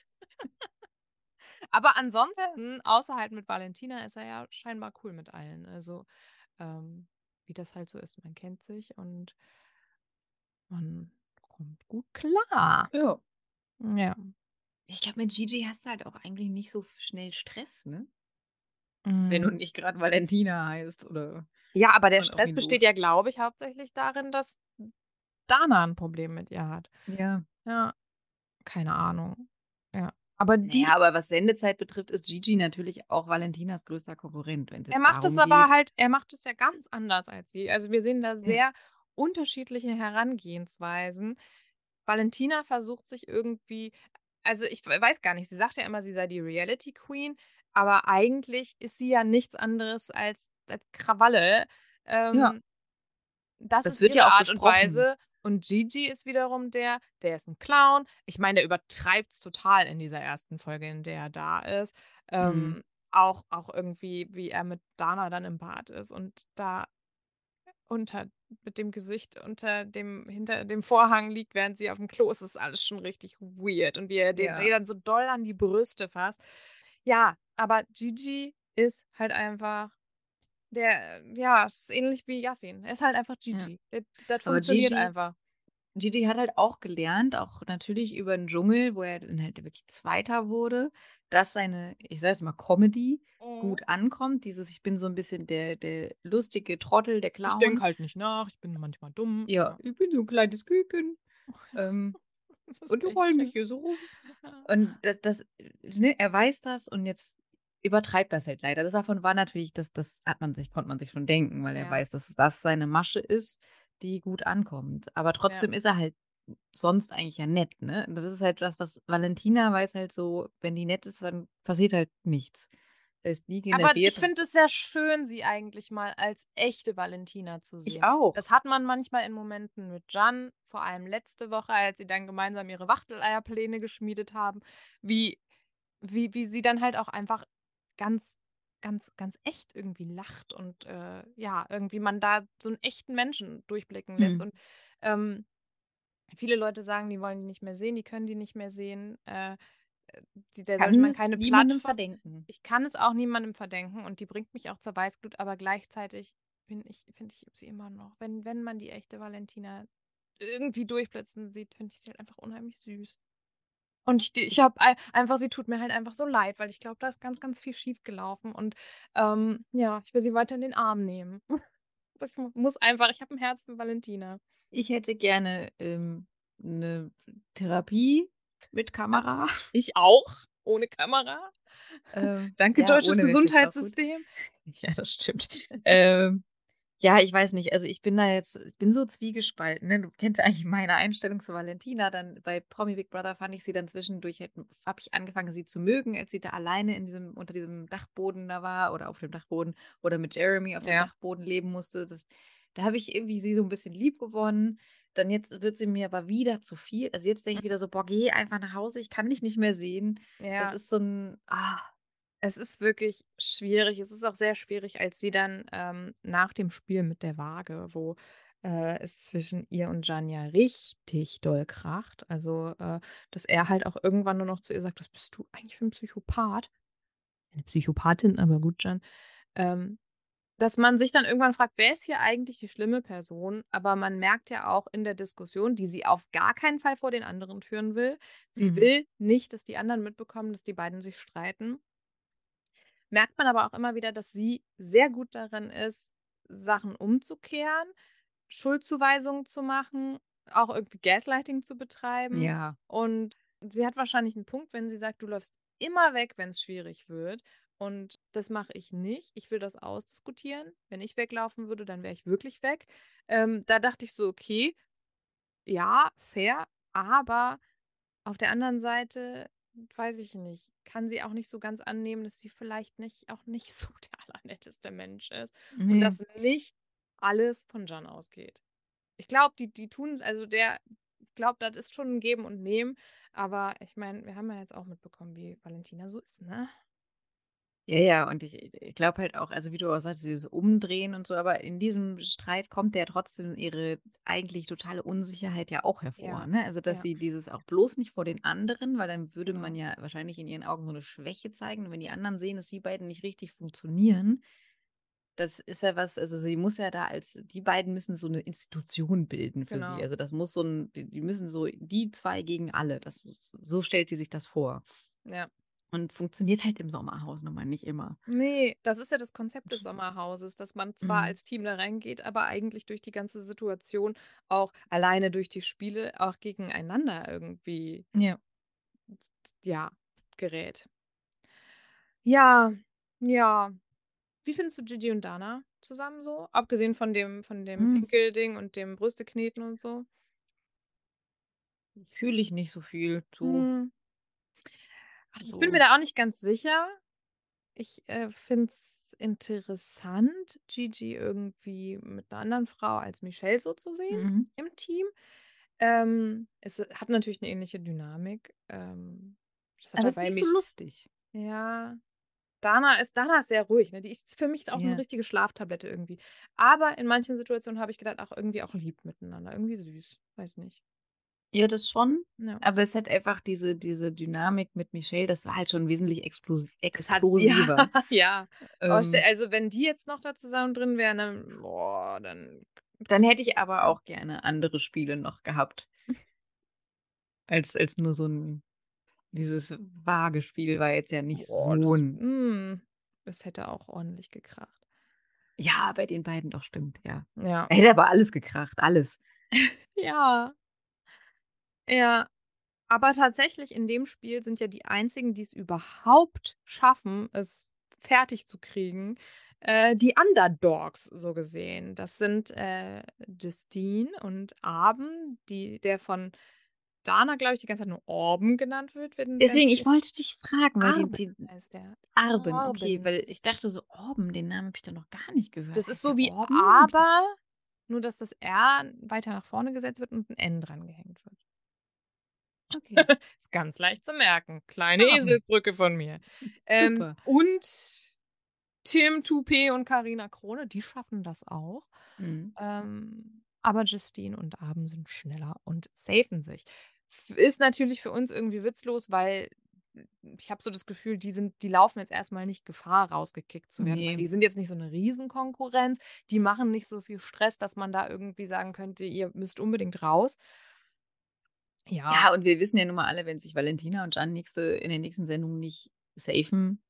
Aber ansonsten, außer halt mit Valentina, ist er ja scheinbar cool mit allen. Also, wie das halt so ist. Man kennt sich und man kommt gut klar. Ja. Ja. Ich glaube, mit Gigi hast du halt auch eigentlich nicht so schnell Stress, ne? Wenn du nicht gerade Valentina heißt oder Ja, aber der und auf Stress ihn besteht los. ja, glaube ich, hauptsächlich darin, dass Dana ein Problem mit ihr hat. Ja. Ja, keine Ahnung. Ja. Aber Naja, aber was Sendezeit betrifft, ist Gigi natürlich auch Valentinas größter Konkurrent, wenn es er jetzt macht es darum aber geht. halt, er macht es ja ganz anders als sie. Also wir sehen da Ja. sehr unterschiedliche Herangehensweisen. Valentina versucht sich irgendwie, also ich weiß gar nicht, sie sagt ja immer, sie sei die Reality Queen, aber eigentlich ist sie ja nichts anderes als Krawalle. Ja. Das Das ist wird ja ihre auch Art und besprochen. Weise. Und Gigi ist wiederum der ist ein Clown. Ich meine, der übertreibt es total in dieser ersten Folge, in der er da ist. Mhm. Auch irgendwie, wie er mit Dana dann im Bad ist und da unter mit dem Gesicht hinter dem Vorhang liegt, während sie auf dem Klo ist. Das ist alles schon richtig weird. Und wie er den Ja. dann so doll an die Brüste fasst. Ja, aber Gigi ist halt einfach es ist ähnlich wie Yassin. Er ist halt einfach Ja. Gigi. Das Aber funktioniert einfach. Gigi hat halt auch gelernt, auch natürlich über den Dschungel, wo er dann halt wirklich Zweiter wurde, dass seine, ich sag jetzt mal, Comedy gut ankommt. Ich bin so ein bisschen der lustige Trottel, der Ich denke Clown. halt nicht nach, ich bin manchmal dumm. Ja, ich bin so ein kleines Küken. Das Und du roll mich Bällchen. hier so rum. Und ne, er weiß das und jetzt übertreibt das halt leider. Davon war natürlich, konnte man sich schon denken, weil er Ja. weiß, dass das seine Masche ist, die gut ankommt. Aber trotzdem ist er halt sonst eigentlich ja nett, ne? Und das ist halt was Valentina weiß halt so, wenn die nett ist, dann passiert halt nichts. Das heißt, die Aber generiert ich das. finde es sehr schön, sie eigentlich mal als echte Valentina zu Ich sehen. auch. Das hat man manchmal in Momenten mit Jan, vor allem letzte Woche, als sie dann gemeinsam ihre Wachteleierpläne geschmiedet haben, wie sie dann halt auch einfach ganz, ganz, ganz echt irgendwie lacht und irgendwie man da so einen echten Menschen durchblicken lässt. Hm. Und viele Leute sagen, die wollen die nicht mehr sehen, die können die nicht mehr sehen. Der sollte Kann man es keine niemandem Plattform. verdenken. Ich kann es auch niemandem verdenken und die bringt mich auch zur Weißglut, aber gleichzeitig finde ich sie immer noch. Wenn man die echte Valentina irgendwie durchblitzen sieht, finde ich sie halt einfach unheimlich süß. Und ich habe einfach, sie tut mir halt einfach so leid, weil ich glaube, da ist ganz, ganz viel schief gelaufen. Und ich will sie weiter in den Arm nehmen. Ich muss einfach, ich habe ein Herz für Valentina. Ich hätte gerne eine Therapie mit Kamera. Ich auch, ohne Kamera. Danke, Ja, deutsches ohne wäre vielleicht auch gut. Gesundheitssystem. Ja, das stimmt. Ja, ich weiß nicht. Also ich bin so zwiegespalten. Ne? Du kennst ja eigentlich meine Einstellung zu Valentina. Dann bei Promi Big Brother fand ich sie dann zwischendurch, habe ich angefangen, sie zu mögen, als sie da alleine unter diesem Dachboden da war oder auf dem Dachboden oder mit Jeremy auf dem Ja. Dachboden leben musste. Da habe ich irgendwie sie so ein bisschen lieb gewonnen. Dann jetzt wird sie mir aber wieder zu viel. Also jetzt denke ich wieder so, boah, geh einfach nach Hause, ich kann dich nicht mehr sehen. Das Ja, ist so ein, es ist wirklich schwierig. Es ist auch sehr schwierig, als sie dann nach dem Spiel mit der Waage, wo es zwischen ihr und Jan ja richtig doll kracht. Also, dass er halt auch irgendwann nur noch zu ihr sagt, was bist du eigentlich für ein Psychopath? Eine Psychopathin, aber gut, Jan. Ähm, Dass man sich dann irgendwann fragt, wer ist hier eigentlich die schlimme Person? Aber man merkt ja auch in der Diskussion, die sie auf gar keinen Fall vor den anderen führen will. Sie Mhm. will nicht, dass die anderen mitbekommen, dass die beiden sich streiten. Merkt man aber auch immer wieder, dass sie sehr gut darin ist, Sachen umzukehren, Schuldzuweisungen zu machen, auch irgendwie Gaslighting zu betreiben. Ja. Und sie hat wahrscheinlich einen Punkt, wenn sie sagt, du läufst immer weg, wenn es schwierig wird. Und das mache ich nicht. Ich will das ausdiskutieren. Wenn ich weglaufen würde, dann wäre ich wirklich weg. Da dachte ich so, okay, ja, fair, aber auf der anderen Seite, weiß ich nicht, kann sie auch nicht so ganz annehmen, dass sie vielleicht auch nicht so der allernetteste Mensch ist und Nee. dass nicht alles von Jan ausgeht. Ich glaube, die tun es, ich glaube, das ist schon ein Geben und Nehmen, aber ich meine, wir haben ja jetzt auch mitbekommen, wie Valentina so ist, ne? Ja, und ich glaube halt auch, also wie du auch sagst, dieses Umdrehen und so, aber in diesem Streit kommt ja trotzdem ihre eigentlich totale Unsicherheit ja auch hervor, Ja, ne? Also, dass ja, sie dieses auch bloß nicht vor den anderen, weil dann würde man genau. ja wahrscheinlich in ihren Augen so eine Schwäche zeigen. Und wenn die anderen sehen, dass sie beiden nicht richtig funktionieren, das ist ja was, also sie muss ja da als die beiden müssen so eine Institution bilden für sie. Genau. Also, das muss so ein, die müssen so die 2 gegen alle. So stellt die sich das vor. Ja. Und funktioniert halt im Sommerhaus nun mal nicht immer. Nee, das ist ja das Konzept des Sommerhauses, dass man zwar Mhm. als Team da reingeht, aber eigentlich durch die ganze Situation auch alleine durch die Spiele auch gegeneinander irgendwie, Ja. ja, gerät. Ja, ja. Wie findest du Gigi und Dana zusammen so? Abgesehen von dem Hm, Pinkelding und dem Brüstekneten und so? fühle ich nicht so viel zu. Hm. Ach, ich bin mir So. da auch nicht ganz sicher. Ich finde es interessant, Gigi irgendwie mit einer anderen Frau als Michelle so zu sehen Mhm. im Team. Es hat natürlich eine ähnliche Dynamik. Das hat Aber er es ist bei nicht so mich. lustig. Ja, Dana ist sehr ruhig, ne? Die ist für mich auch eine Ja. richtige Schlaftablette irgendwie. Aber in manchen Situationen habe ich gedacht, ach, irgendwie auch lieb miteinander. Irgendwie süß. Weiß nicht. Ja, das schon. Ja. Aber es hat einfach diese Dynamik mit Michelle, das war halt schon wesentlich Das hat, ja, explosiver. ja. Aber Ähm, also, wenn die jetzt noch da zusammen drin wären, dann, boah, dann. Dann hätte ich aber Ja. auch gerne andere Spiele noch gehabt, als nur so ein dieses vage Spiel war jetzt ja nicht Boah, so ein das hätte auch ordentlich gekracht. ja, bei den beiden doch, stimmt, ja. Ja. Da hätte aber alles gekracht, alles. Ja, ja. Aber tatsächlich in dem Spiel sind ja die einzigen, die es überhaupt schaffen, es fertig zu kriegen, die Underdogs so gesehen. Das sind Justine und Abend, der von Dana, glaube ich, die ganze Zeit nur Orben genannt wird, wenn Deswegen, sie. ich wollte dich fragen, weil Arben die heißt der. Arben, okay, Orben. weil ich dachte so, Orben, den Namen habe ich doch noch gar nicht gehört. Das ist Heißt so der wie Orben? Habe ich das aber, nur dass das R weiter nach vorne gesetzt wird und ein N dran gehängt wird. okay. Ist ganz leicht zu merken. Kleine Arben. Eselsbrücke von mir. Super. Und Tim Toupé und Karina Krone, die schaffen das auch. Mhm. Aber Justine und Abend sind schneller und safen sich. Ist natürlich für uns irgendwie witzlos, weil ich habe so das Gefühl, die laufen jetzt erstmal nicht Gefahr, rausgekickt zu werden, weil Ne. die sind jetzt nicht so eine Riesenkonkurrenz. Die machen nicht so viel Stress, dass man da irgendwie sagen könnte, ihr müsst unbedingt raus. Ja, Ja, und wir wissen ja nun mal alle, wenn sich Valentina und Jan in den nächsten Sendungen nicht safen,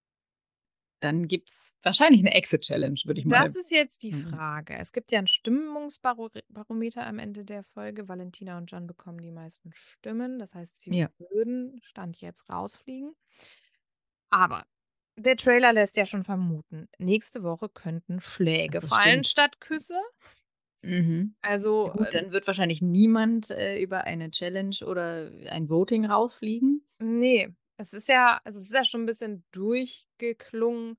dann gibt's wahrscheinlich 'ne Exit-Challenge, würde ich mal das ist jetzt die mhm. Frage. Es gibt ja ein Stimmungsbarometer am Ende der Folge. Valentina und Jan bekommen die meisten Stimmen. Das heißt, sie Ja. würden Stand jetzt rausfliegen. Aber der Trailer lässt ja schon vermuten, nächste Woche könnten Ach Schläge so, fallen stimmt. statt Küsse. Mhm. Ja Also, gut, dann wird wahrscheinlich niemand, über eine Challenge oder ein Voting rausfliegen. ne, es ist ja schon ein bisschen durchgeklungen,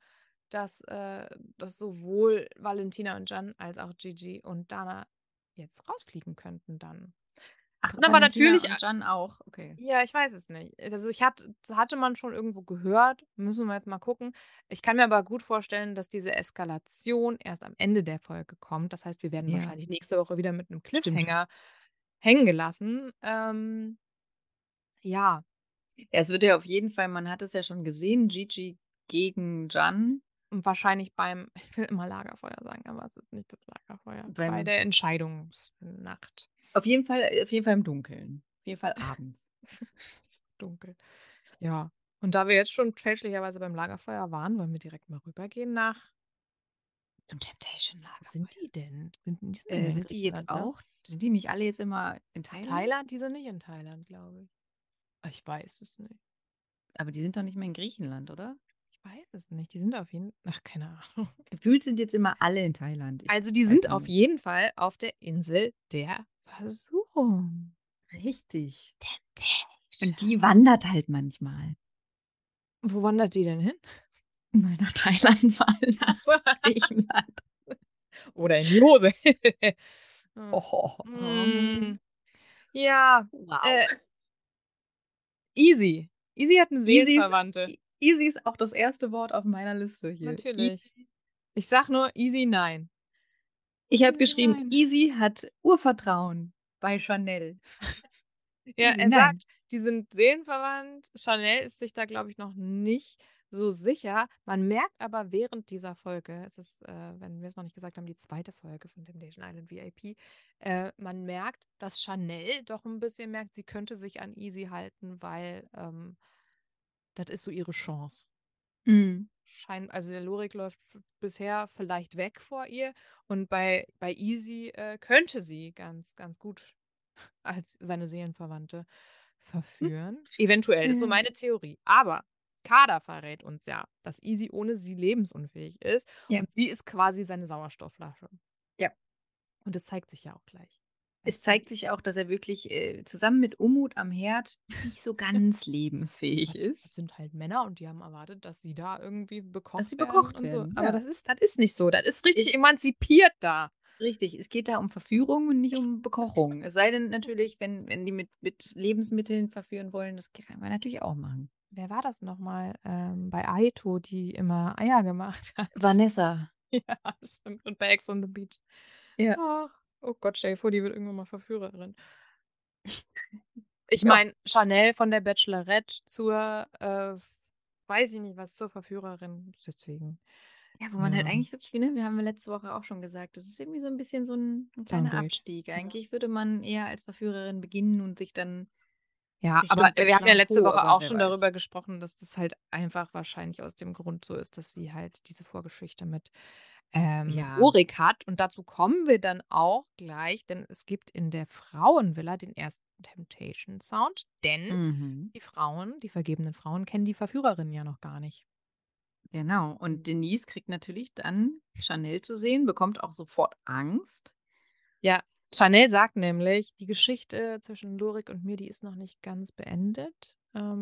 dass sowohl Valentina und Jan als auch Gigi und Dana jetzt rausfliegen könnten dann. Ach, Kann aber Valentina natürlich und Jan auch, okay. ja, ich weiß es nicht. Also, das hatte man schon irgendwo gehört, müssen wir jetzt mal gucken. Ich kann mir aber gut vorstellen, dass diese Eskalation erst am Ende der Folge kommt. Das heißt, wir werden Ja, wahrscheinlich nächste Woche wieder mit einem stimmt. Cliffhanger hängen gelassen. Ja, Ja, es wird ja auf jeden Fall man hat es ja schon gesehen, Gigi gegen Jan und wahrscheinlich beim ich will immer Lagerfeuer sagen, aber es ist nicht das Lagerfeuer, bei beim der Entscheidungsnacht. auf jeden Fall im Dunkeln. Auf jeden Fall abends. Es ist dunkel. Ja, und da wir jetzt schon fälschlicherweise beim Lagerfeuer waren, wollen wir direkt mal rübergehen nach. Zum Temptation Wo sind Lagerfeuer. die denn? Die sind immer in Sind die jetzt Griechenland, ne? auch sind die nicht alle jetzt immer in In Thailand? Thailand? Die sind nicht in Thailand, glaube ich. Ich weiß es nicht. Aber die sind doch nicht mehr in Griechenland, oder? Ich weiß es nicht. Die sind auf jeden Fall. Ach, keine Ahnung. Gefühlt sind jetzt immer alle in Thailand. Ich Also, die weiß sind auch auf nicht. jeden Fall auf der Insel der Versuchung. Verführung. Richtig. Temptation. Und die wandert halt manchmal. Wo wandert die denn hin? Mal nach Thailand, mal nach Achso. Griechenland. Oder in die Hose. Oh. Ja, Wow. Easy. Easy hat eine Easy Seelenverwandte. ist auch das erste Wort auf meiner Liste hier. Natürlich. Easy. Ich sag nur easy nein. Ich habe Easy geschrieben, nein. Easy hat Urvertrauen bei Chanel. Ja, Easy er nein. sagt, die sind seelenverwandt. Chanel ist sich da, glaube ich, noch nicht so sicher. Man merkt aber während dieser Folge, es ist, wenn wir es noch nicht gesagt haben, die zweite Folge von Temptation Island VIP, man merkt, dass Chanel doch ein bisschen merkt, sie könnte sich an Easy halten, weil das ist so ihre Chance. Mhm. Also der Lorik läuft bisher vielleicht weg vor ihr und bei Easy könnte sie ganz, ganz gut als seine Seelenverwandte verführen. Eventuell, ist so meine Theorie. Aber Kader verrät uns ja, dass Easy ohne sie lebensunfähig ist Ja. und sie ist quasi seine Sauerstoffflasche. Ja. Und es zeigt sich ja auch gleich. Es zeigt sich auch, dass er wirklich zusammen mit Umut am Herd nicht so ganz lebensfähig Das ist. sind halt Männer und die haben erwartet, dass sie da irgendwie bekocht Dass sie werden bekocht und so. werden, Aber ja. das ist nicht so. Das ist richtig Ist- emanzipiert da. Richtig, es geht da um Verführung und nicht um Bekochung. Es sei denn natürlich, wenn die mit Lebensmitteln verführen wollen, das kann man natürlich auch machen. Wer war das nochmal bei Aito, die immer Eier gemacht hat? Vanessa. Ja, stimmt. Und bei Ex on the Beach. Ja. Ach, oh Gott, stell dir vor, die wird irgendwann mal Verführerin. Ich Ja. meine, Chanel von der Bachelorette zur, weiß ich nicht, was, zur Verführerin. Deswegen. Ja, wo man halt Ja. eigentlich wirklich, ne, wir haben ja letzte Woche auch schon gesagt, das ist irgendwie so ein bisschen so ein kleiner Downgrade. Abstieg. Eigentlich würde man eher als Verführerin beginnen und sich dann Ja, Richtung aber wir haben ja Bachelor letzte Co., Woche aber auch wer schon weiß. darüber gesprochen, dass das halt einfach wahrscheinlich aus dem Grund so ist, dass sie halt diese Vorgeschichte mit Ja. Lorik hat. Und dazu kommen wir dann auch gleich, denn es gibt in der Frauenvilla den ersten Temptation Sound, denn Mhm. die Frauen, die vergebenen Frauen, kennen die Verführerin ja noch gar nicht. Genau. Und Denise kriegt natürlich dann Chanel zu sehen, bekommt auch sofort Angst. Ja, Chanel sagt nämlich, die Geschichte zwischen Lorik und mir, die ist noch nicht ganz beendet.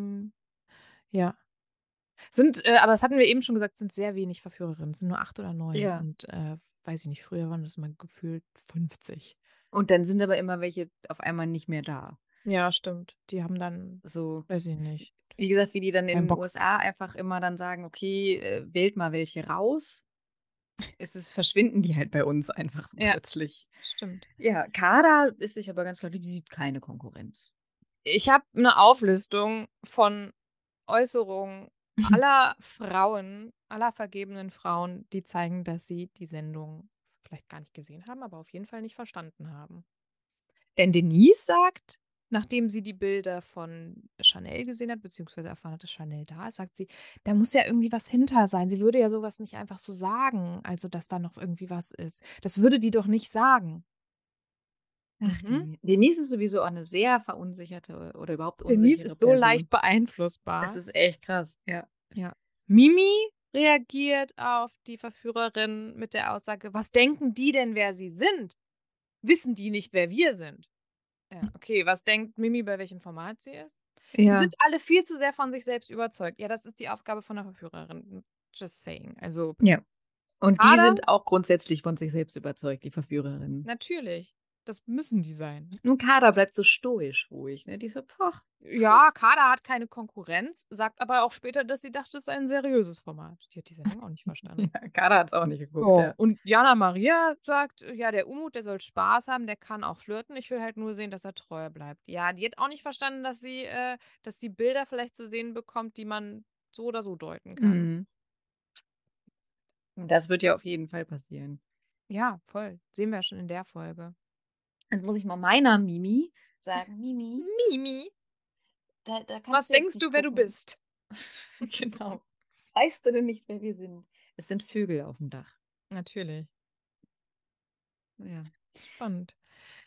Ja. Aber das hatten wir eben schon gesagt, sind sehr wenig Verführerinnen. Es sind nur 8 oder 9. Ja. Und weiß ich nicht, früher waren das mal gefühlt 50. Und dann sind aber immer welche auf einmal nicht mehr da. Ja, stimmt. Die haben dann, So, weiß ich nicht. wie gesagt, wie die dann in Kein den Bock. USA einfach immer dann sagen, okay, wählt mal welche raus. Verschwinden die halt bei uns einfach so Ja. plötzlich. Stimmt. Ja, Kader ist sich aber ganz klar, die sieht keine Konkurrenz. Ich habe eine Auflistung von Äußerungen aller Frauen, aller vergebenen Frauen, die zeigen, dass sie die Sendung vielleicht gar nicht gesehen haben, aber auf jeden Fall nicht verstanden haben. Denn Denise sagt, nachdem sie die Bilder von Chanel gesehen hat, beziehungsweise erfahren hat, dass Chanel da ist, sagt sie, da muss ja irgendwie was hinter sein. Sie würde ja sowas nicht einfach so sagen, also dass da noch irgendwie was ist. Das würde die doch nicht sagen. Ach, Denise ist sowieso auch eine sehr verunsicherte oder überhaupt unsichere Denise ist so Person. leicht beeinflussbar. Das ist echt krass, ja. Mimi reagiert auf die Verführerin mit der Aussage, was denken die denn, wer sie sind? Wissen die nicht, wer wir sind? Ja, okay, was denkt Mimi, bei welchem Format sie ist? Die sind alle viel zu sehr von sich selbst überzeugt. Ja, das ist die Aufgabe von der Verführerin. Just saying. Also, Ja. Und die Kader? sind auch grundsätzlich von sich selbst überzeugt, die Verführerinnen. Natürlich. Das müssen die sein. Nur Kader bleibt so stoisch ruhig, ne? Die so, poch. Ja, Kader hat keine Konkurrenz, sagt aber auch später, dass sie dachte, es sei ein seriöses Format. Die hat die Sendung auch nicht verstanden. Ja, Kader hat es auch nicht geguckt, Oh, ja. und Jana Maria sagt, ja, der Umut, der soll Spaß haben, der kann auch flirten. Ich will halt nur sehen, dass er treu bleibt. Ja, die hat auch nicht verstanden, dass die Bilder vielleicht zu sehen bekommt, die man so oder so deuten kann. Das wird ja auf jeden Fall passieren. Ja, voll. Sehen wir ja schon in der Folge. Jetzt muss ich mal meiner Mimi sagen, Mimi, Mimi, da kannst was du jetzt denkst nicht du, wer du gucken. bist? Genau. Weißt du denn nicht, wer wir sind? Es sind Vögel auf dem Dach. Natürlich. Ja. Spannend.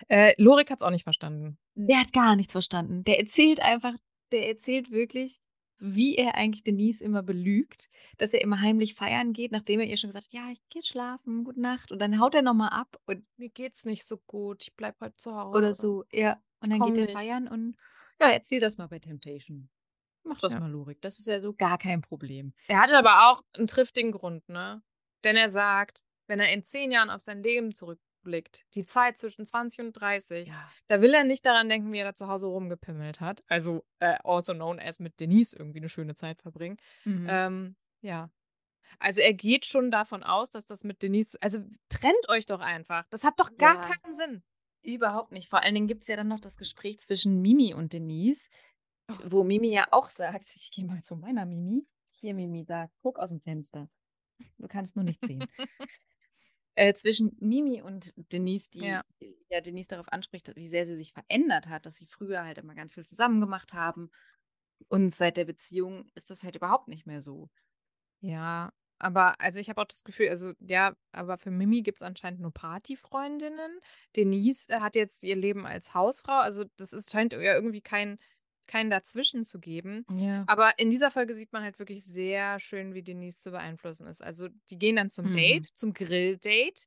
Lorik hat es auch nicht verstanden. Der hat gar nichts verstanden. Der erzählt wirklich wie er eigentlich Denise immer belügt, dass er immer heimlich feiern geht, nachdem er ihr schon gesagt hat, ja, ich gehe jetzt schlafen, gute Nacht. Und dann haut er nochmal ab und Mir geht's nicht so gut. Ich bleib heute zu oder Hause. so, ja. Und Ich dann komme geht er nicht. feiern und ja, erzähl das mal bei Temptation. Mach das Ja. mal, Lorik. Das ist ja so gar kein Problem. Er hatte aber auch einen triftigen Grund, ne? Denn er sagt, wenn er in 10 Jahren auf sein Leben zurückblickt, die Zeit zwischen 20 und 30, Ja. da will er nicht daran denken, wie er da zu Hause rumgepimmelt hat. Also, also known as mit Denise irgendwie eine schöne Zeit verbringen. Ja. Also, er geht schon davon aus, dass das mit Denise also, trennt euch doch einfach. Das hat doch gar Ja. keinen Sinn. Überhaupt nicht. Vor allen Dingen gibt es ja dann noch das Gespräch zwischen Mimi und Denise, Oh. wo Mimi ja auch sagt, ich gehe mal zu meiner Mimi. Hier, Mimi, da, guck aus dem Fenster. Du kannst nur nicht sehen. Zwischen Mimi und Denise, Ja. die ja Denise darauf anspricht, wie sehr sie sich verändert hat, dass sie früher halt immer ganz viel zusammen gemacht haben. Und seit der Beziehung ist das halt überhaupt nicht mehr so. Ja, aber also ich habe auch das Gefühl, also ja, aber für Mimi gibt es anscheinend nur Partyfreundinnen. Denise hat jetzt ihr Leben als Hausfrau. Also das ist, scheint ja irgendwie kein Dazwischen zu geben. Ja. Aber in dieser Folge sieht man halt wirklich sehr schön, wie Denise zu beeinflussen ist. Also die gehen dann zum Mhm. Date, zum Grilldate.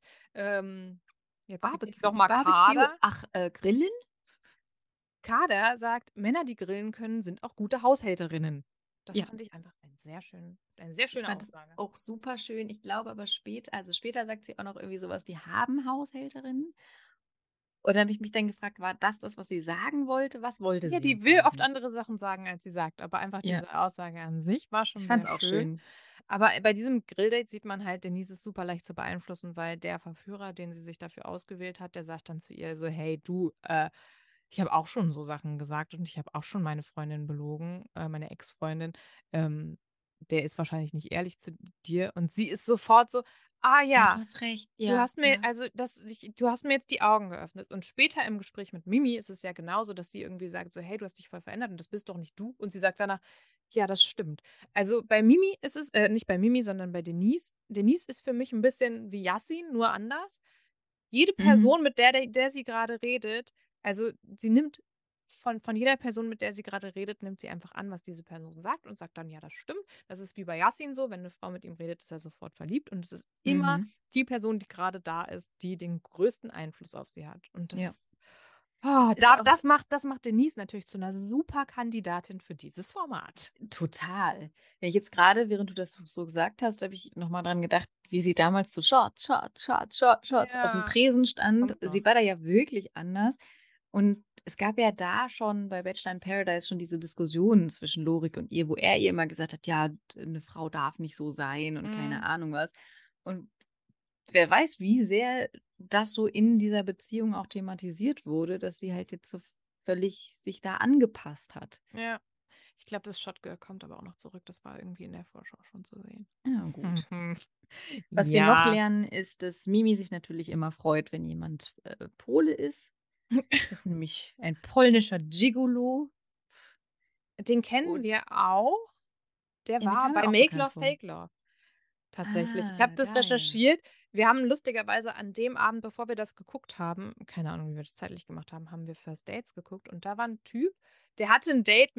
Jetzt sieht Barbecue. doch mal Barbecue. Kader. Ach, Grillen? Kader sagt, Männer, die grillen können, sind auch gute Haushälterinnen. Das Ja. fand ich einfach eine sehr Ich schöne fand es Aussage. auch super schön. Ich glaube aber später sagt sie auch noch irgendwie sowas, die haben Haushälterinnen. Und dann habe ich mich dann gefragt, war das, was sie sagen wollte? Was wollte Ja, sie die uns will oft sagen? andere Sachen sagen, als sie sagt, aber einfach Ja, diese Aussage an sich war ich schon fand sehr es auch schön. schön. Aber bei diesem Grilldate sieht man halt, Denise ist super leicht zu beeinflussen, weil der Verführer, den sie sich dafür ausgewählt hat, der sagt dann zu ihr so: „Hey, du, ich habe auch schon so Sachen gesagt und ich habe auch schon meine Freundin belogen, meine Ex-Freundin. Ähm, der ist wahrscheinlich nicht ehrlich zu dir.“ Und sie ist sofort so: „Ah Ja, du ja, hast recht. du Ja, hast mir, ja. also du hast mir jetzt die Augen geöffnet.“ Und später im Gespräch mit Mimi ist es ja genauso, dass sie irgendwie sagt so: „Hey, du hast dich voll verändert und das bist doch nicht du.“ Und sie sagt danach: „Ja, das stimmt.“ Also bei Mimi ist es, nicht bei Mimi, sondern bei Denise. Denise ist für mich ein bisschen wie Yassin, nur anders. Jede Mhm. Person, mit der sie gerade redet, also sie nimmt von jeder Person, mit der sie gerade redet, nimmt sie einfach an, was diese Person sagt und sagt dann: „Ja, das stimmt.“ Das ist wie bei Yassin so, wenn eine Frau mit ihm redet, ist er sofort verliebt und es ist immer Mhm. die Person, die gerade da ist, die den größten Einfluss auf sie hat. Und Ja. Es oh, ist auch das macht Denise natürlich zu einer super Kandidatin für dieses Format. total. Ja, jetzt gerade, während du das so gesagt hast, habe ich noch mal dran gedacht, wie sie damals so Shots auf dem Ja, Tresen stand. kommt noch. Sie war da ja wirklich anders. Und es gab ja da schon bei Bachelor in Paradise schon diese Diskussionen zwischen Lorik und ihr, wo er ihr immer gesagt hat, ja, eine Frau darf nicht so sein und keine Mhm. Ahnung was. Und wer weiß, wie sehr das so in dieser Beziehung auch thematisiert wurde, dass sie halt jetzt so völlig sich da angepasst hat. Ja. Ich glaube, das Shotgirl kommt aber auch noch zurück. Das war irgendwie in der Vorschau schon zu sehen. Ja, gut. Mhm. Was wir noch Ja. lernen, ist, dass Mimi sich natürlich immer freut, wenn jemand Pole ist. Das ist nämlich ein polnischer Gigolo. Den kennen Und wir auch. Der ja, mir war kam er bei auch Make bekannt Love, vor. Fake Love. Tatsächlich. Ich habe Ah, das geil. recherchiert. Wir haben lustigerweise an dem Abend, bevor wir das geguckt haben, keine Ahnung, wie wir das zeitlich gemacht haben, haben wir First Dates geguckt. Und da war ein Typ, der hatte ein Date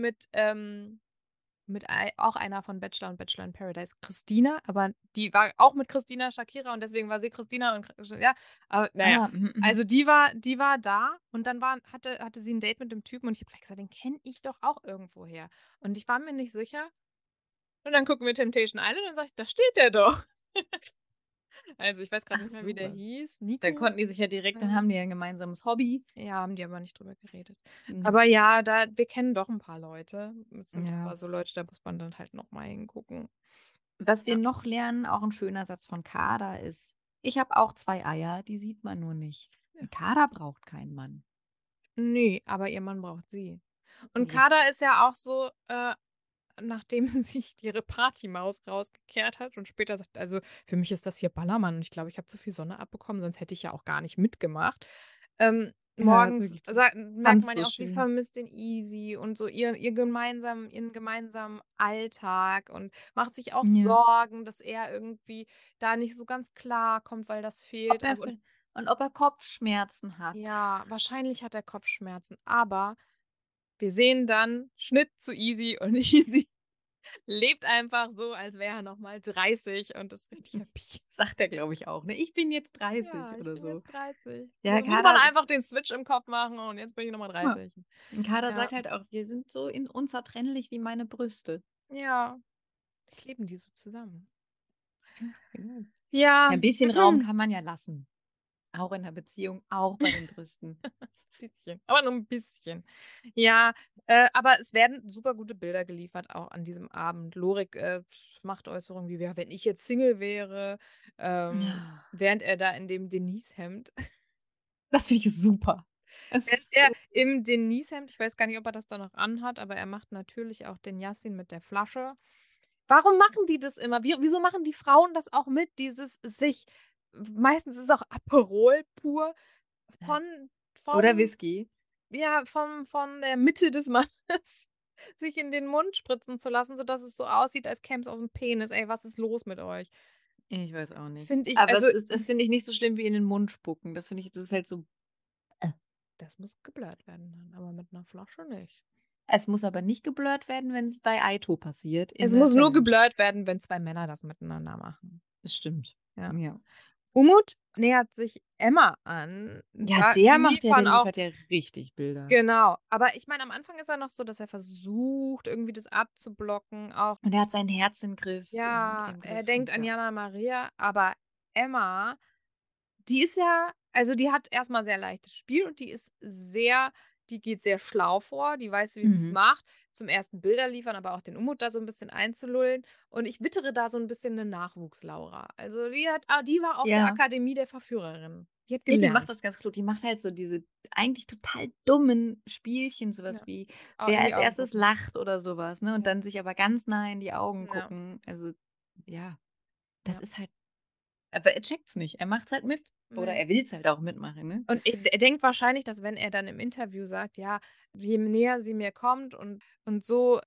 mit auch einer von Bachelor und Bachelor in Paradise, Christina, aber die war auch mit Christina Shakira und deswegen war sie Christina und ja, aber naja. Ah, Also die war da und dann hatte sie ein Date mit dem Typen und ich habe gleich gesagt, den kenne ich doch auch irgendwoher. Und ich war mir nicht sicher. Und dann gucken wir Temptation Island und dann sage ich, da steht der doch. Also ich weiß gerade Ach, nicht mehr, wie der super. hieß. Dann Nico? konnten die sich ja direkt, dann haben die ja ein gemeinsames Hobby. Ja, haben die aber nicht drüber geredet. Mhm. Aber ja, wir kennen doch ein paar Leute. Es sind Ja. aber so Leute, da muss man dann halt nochmal hingucken. Was wir Ja. noch lernen, auch ein schöner Satz von Kader ist, ich habe auch 2 Eier, die sieht man nur nicht. Ja. Und Kader braucht keinen Mann. Nee, aber ihr Mann braucht sie. Und Ja. Kader ist ja auch so, nachdem sich ihre Partymaus rausgekehrt hat und später sagt, also für mich ist das hier Ballermann und ich glaube, ich habe zu viel Sonne abbekommen, sonst hätte ich ja auch gar nicht mitgemacht. Ja, das ist Morgens wirklich toll. merkt Tanzt man so ja auch, sie schön. vermisst den Easy und so ihren gemeinsamen Alltag und macht sich auch Ja. Sorgen, dass er irgendwie da nicht so ganz klar kommt, weil das Ob fehlt. er Und und ob er Kopfschmerzen hat. ja, wahrscheinlich hat er Kopfschmerzen, aber wir sehen dann Schnitt zu Easy und Easy. Lebt einfach so, als wäre er nochmal 30 und ist richtig happy. Sagt er, glaube ich, auch. Ne? Ich bin jetzt 30 Ja, ich oder bin so. jetzt 30. Ja, Muss man Kader, einfach den Switch im Kopf machen und jetzt bin ich nochmal ja. 30. Kader Ja. sagt halt auch, wir sind so unzertrennlich wie meine Brüste. Ja. Kleben die so zusammen. Genau. Ja. Ein bisschen Raum kann man ja lassen. Auch in der Beziehung, auch bei den Brüsten. Bisschen, aber nur ein bisschen. Ja, aber es werden super gute Bilder geliefert, auch an diesem Abend. Lorik macht Äußerungen wie, wenn ich jetzt Single wäre, Ja. während er da in dem Denise-Hemd, Das finde ich super. während er im Denise-Hemd, ich weiß gar nicht, ob er das da noch anhat, aber er macht natürlich auch den Yassin mit der Flasche. Warum machen die das immer? Wieso machen die Frauen das auch mit, meistens ist es auch Aperol pur von Oder Whisky. Ja, von der Mitte des Mannes sich in den Mund spritzen zu lassen, sodass es so aussieht, als käme es aus dem Penis. Ey, was ist los mit euch? Ich weiß auch nicht. Finde ich, Aber also das finde ich nicht so schlimm wie in den Mund spucken. Das finde ich, das ist halt so. das muss geblurrt werden dann, aber mit einer Flasche nicht. Es muss aber nicht geblurrt werden, wenn es bei Aito passiert. Es muss nur geblurrt werden, wenn zwei Männer das miteinander machen. Das stimmt. Ja. Ja. Umut nähert sich Emma an. Ja, Die der liefern auch. liefert ja richtig Bilder. Genau. Aber ich meine, am Anfang ist er noch so, dass er versucht, irgendwie das abzublocken. Auch. Und er hat sein Herz im Griff. Ja, im Griff er denkt und, an ja. Jana Maria, aber Emma, die ist ja, also die hat erstmal sehr leichtes Spiel und die geht sehr schlau vor, die weiß, wie sie es macht, zum ersten Bilder liefern, aber auch den Umut da so ein bisschen einzulullen. Und ich wittere da so ein bisschen eine Nachwuchs-Laura. Also die war auf der Akademie der Verführerin. Die hat Ja, die gelernt. macht das ganz klug. Die macht halt so diese eigentlich total dummen Spielchen, sowas wie, wer als erstes lacht oder sowas, ne? Und dann sich aber ganz nah in die Augen gucken. Also, ja, das ist halt. Aber er checkt's nicht. Er macht's halt mit. Oder er will's halt auch mitmachen, ne? Und er denkt wahrscheinlich, dass wenn er dann im Interview sagt, ja, je näher sie mir kommt und so,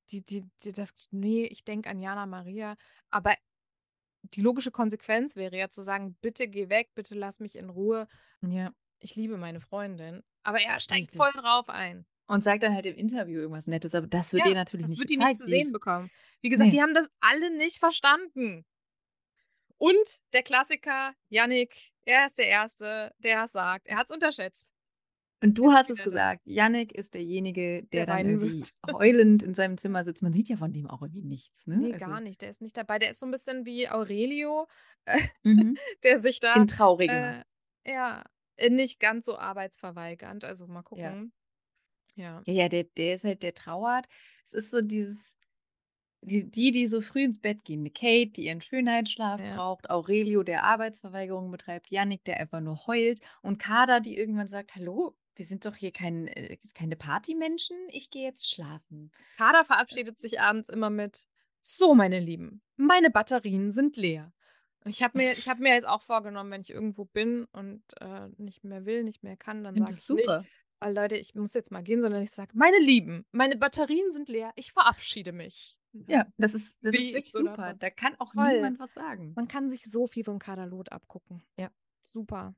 nee, ich denke an Jana Maria, aber die logische Konsequenz wäre ja zu sagen, bitte geh weg, bitte lass mich in Ruhe. Ja. Ich liebe meine Freundin. Aber er steigt voll drauf ein. Und sagt dann halt im Interview irgendwas Nettes, aber das wird ihr natürlich nicht gezeigt. Das wird die nicht zu sehen bekommen. Wie gesagt, die haben das alle nicht verstanden. Und der Klassiker, Yannick, er ist der Erste, der es sagt. Er hat es unterschätzt. Und du hast es gesagt, Yannick ist derjenige, der dann irgendwie heulend in seinem Zimmer sitzt. Man sieht ja von dem auch irgendwie nichts, ne? Nee, gar nicht. Der ist nicht dabei. Der ist so ein bisschen wie Aurelio, der sich da in trauriger. nicht ganz so arbeitsverweigernd. Also mal gucken. Ja. Ja, der ist halt, der trauert. Es ist so dieses, die so früh ins Bett gehen. Eine Kate, die ihren Schönheitsschlaf braucht. Aurelio, der Arbeitsverweigerung betreibt. Yannick, der einfach nur heult. Und Kader, die irgendwann sagt, hallo, wir sind doch hier keine Partymenschen. Ich gehe jetzt schlafen. Kader verabschiedet sich abends immer mit: So, meine Lieben, meine Batterien sind leer. Ich habe mir jetzt auch vorgenommen, wenn ich irgendwo bin und nicht mehr will, nicht mehr kann, dann sage ich nicht, Leute, ich muss jetzt mal gehen, sondern ich sage: Meine Lieben, meine Batterien sind leer, ich verabschiede mich. Ja, das ist wirklich super. Da kann auch niemand was sagen. Man kann sich so viel von Kader Loth abgucken. Ja. Super.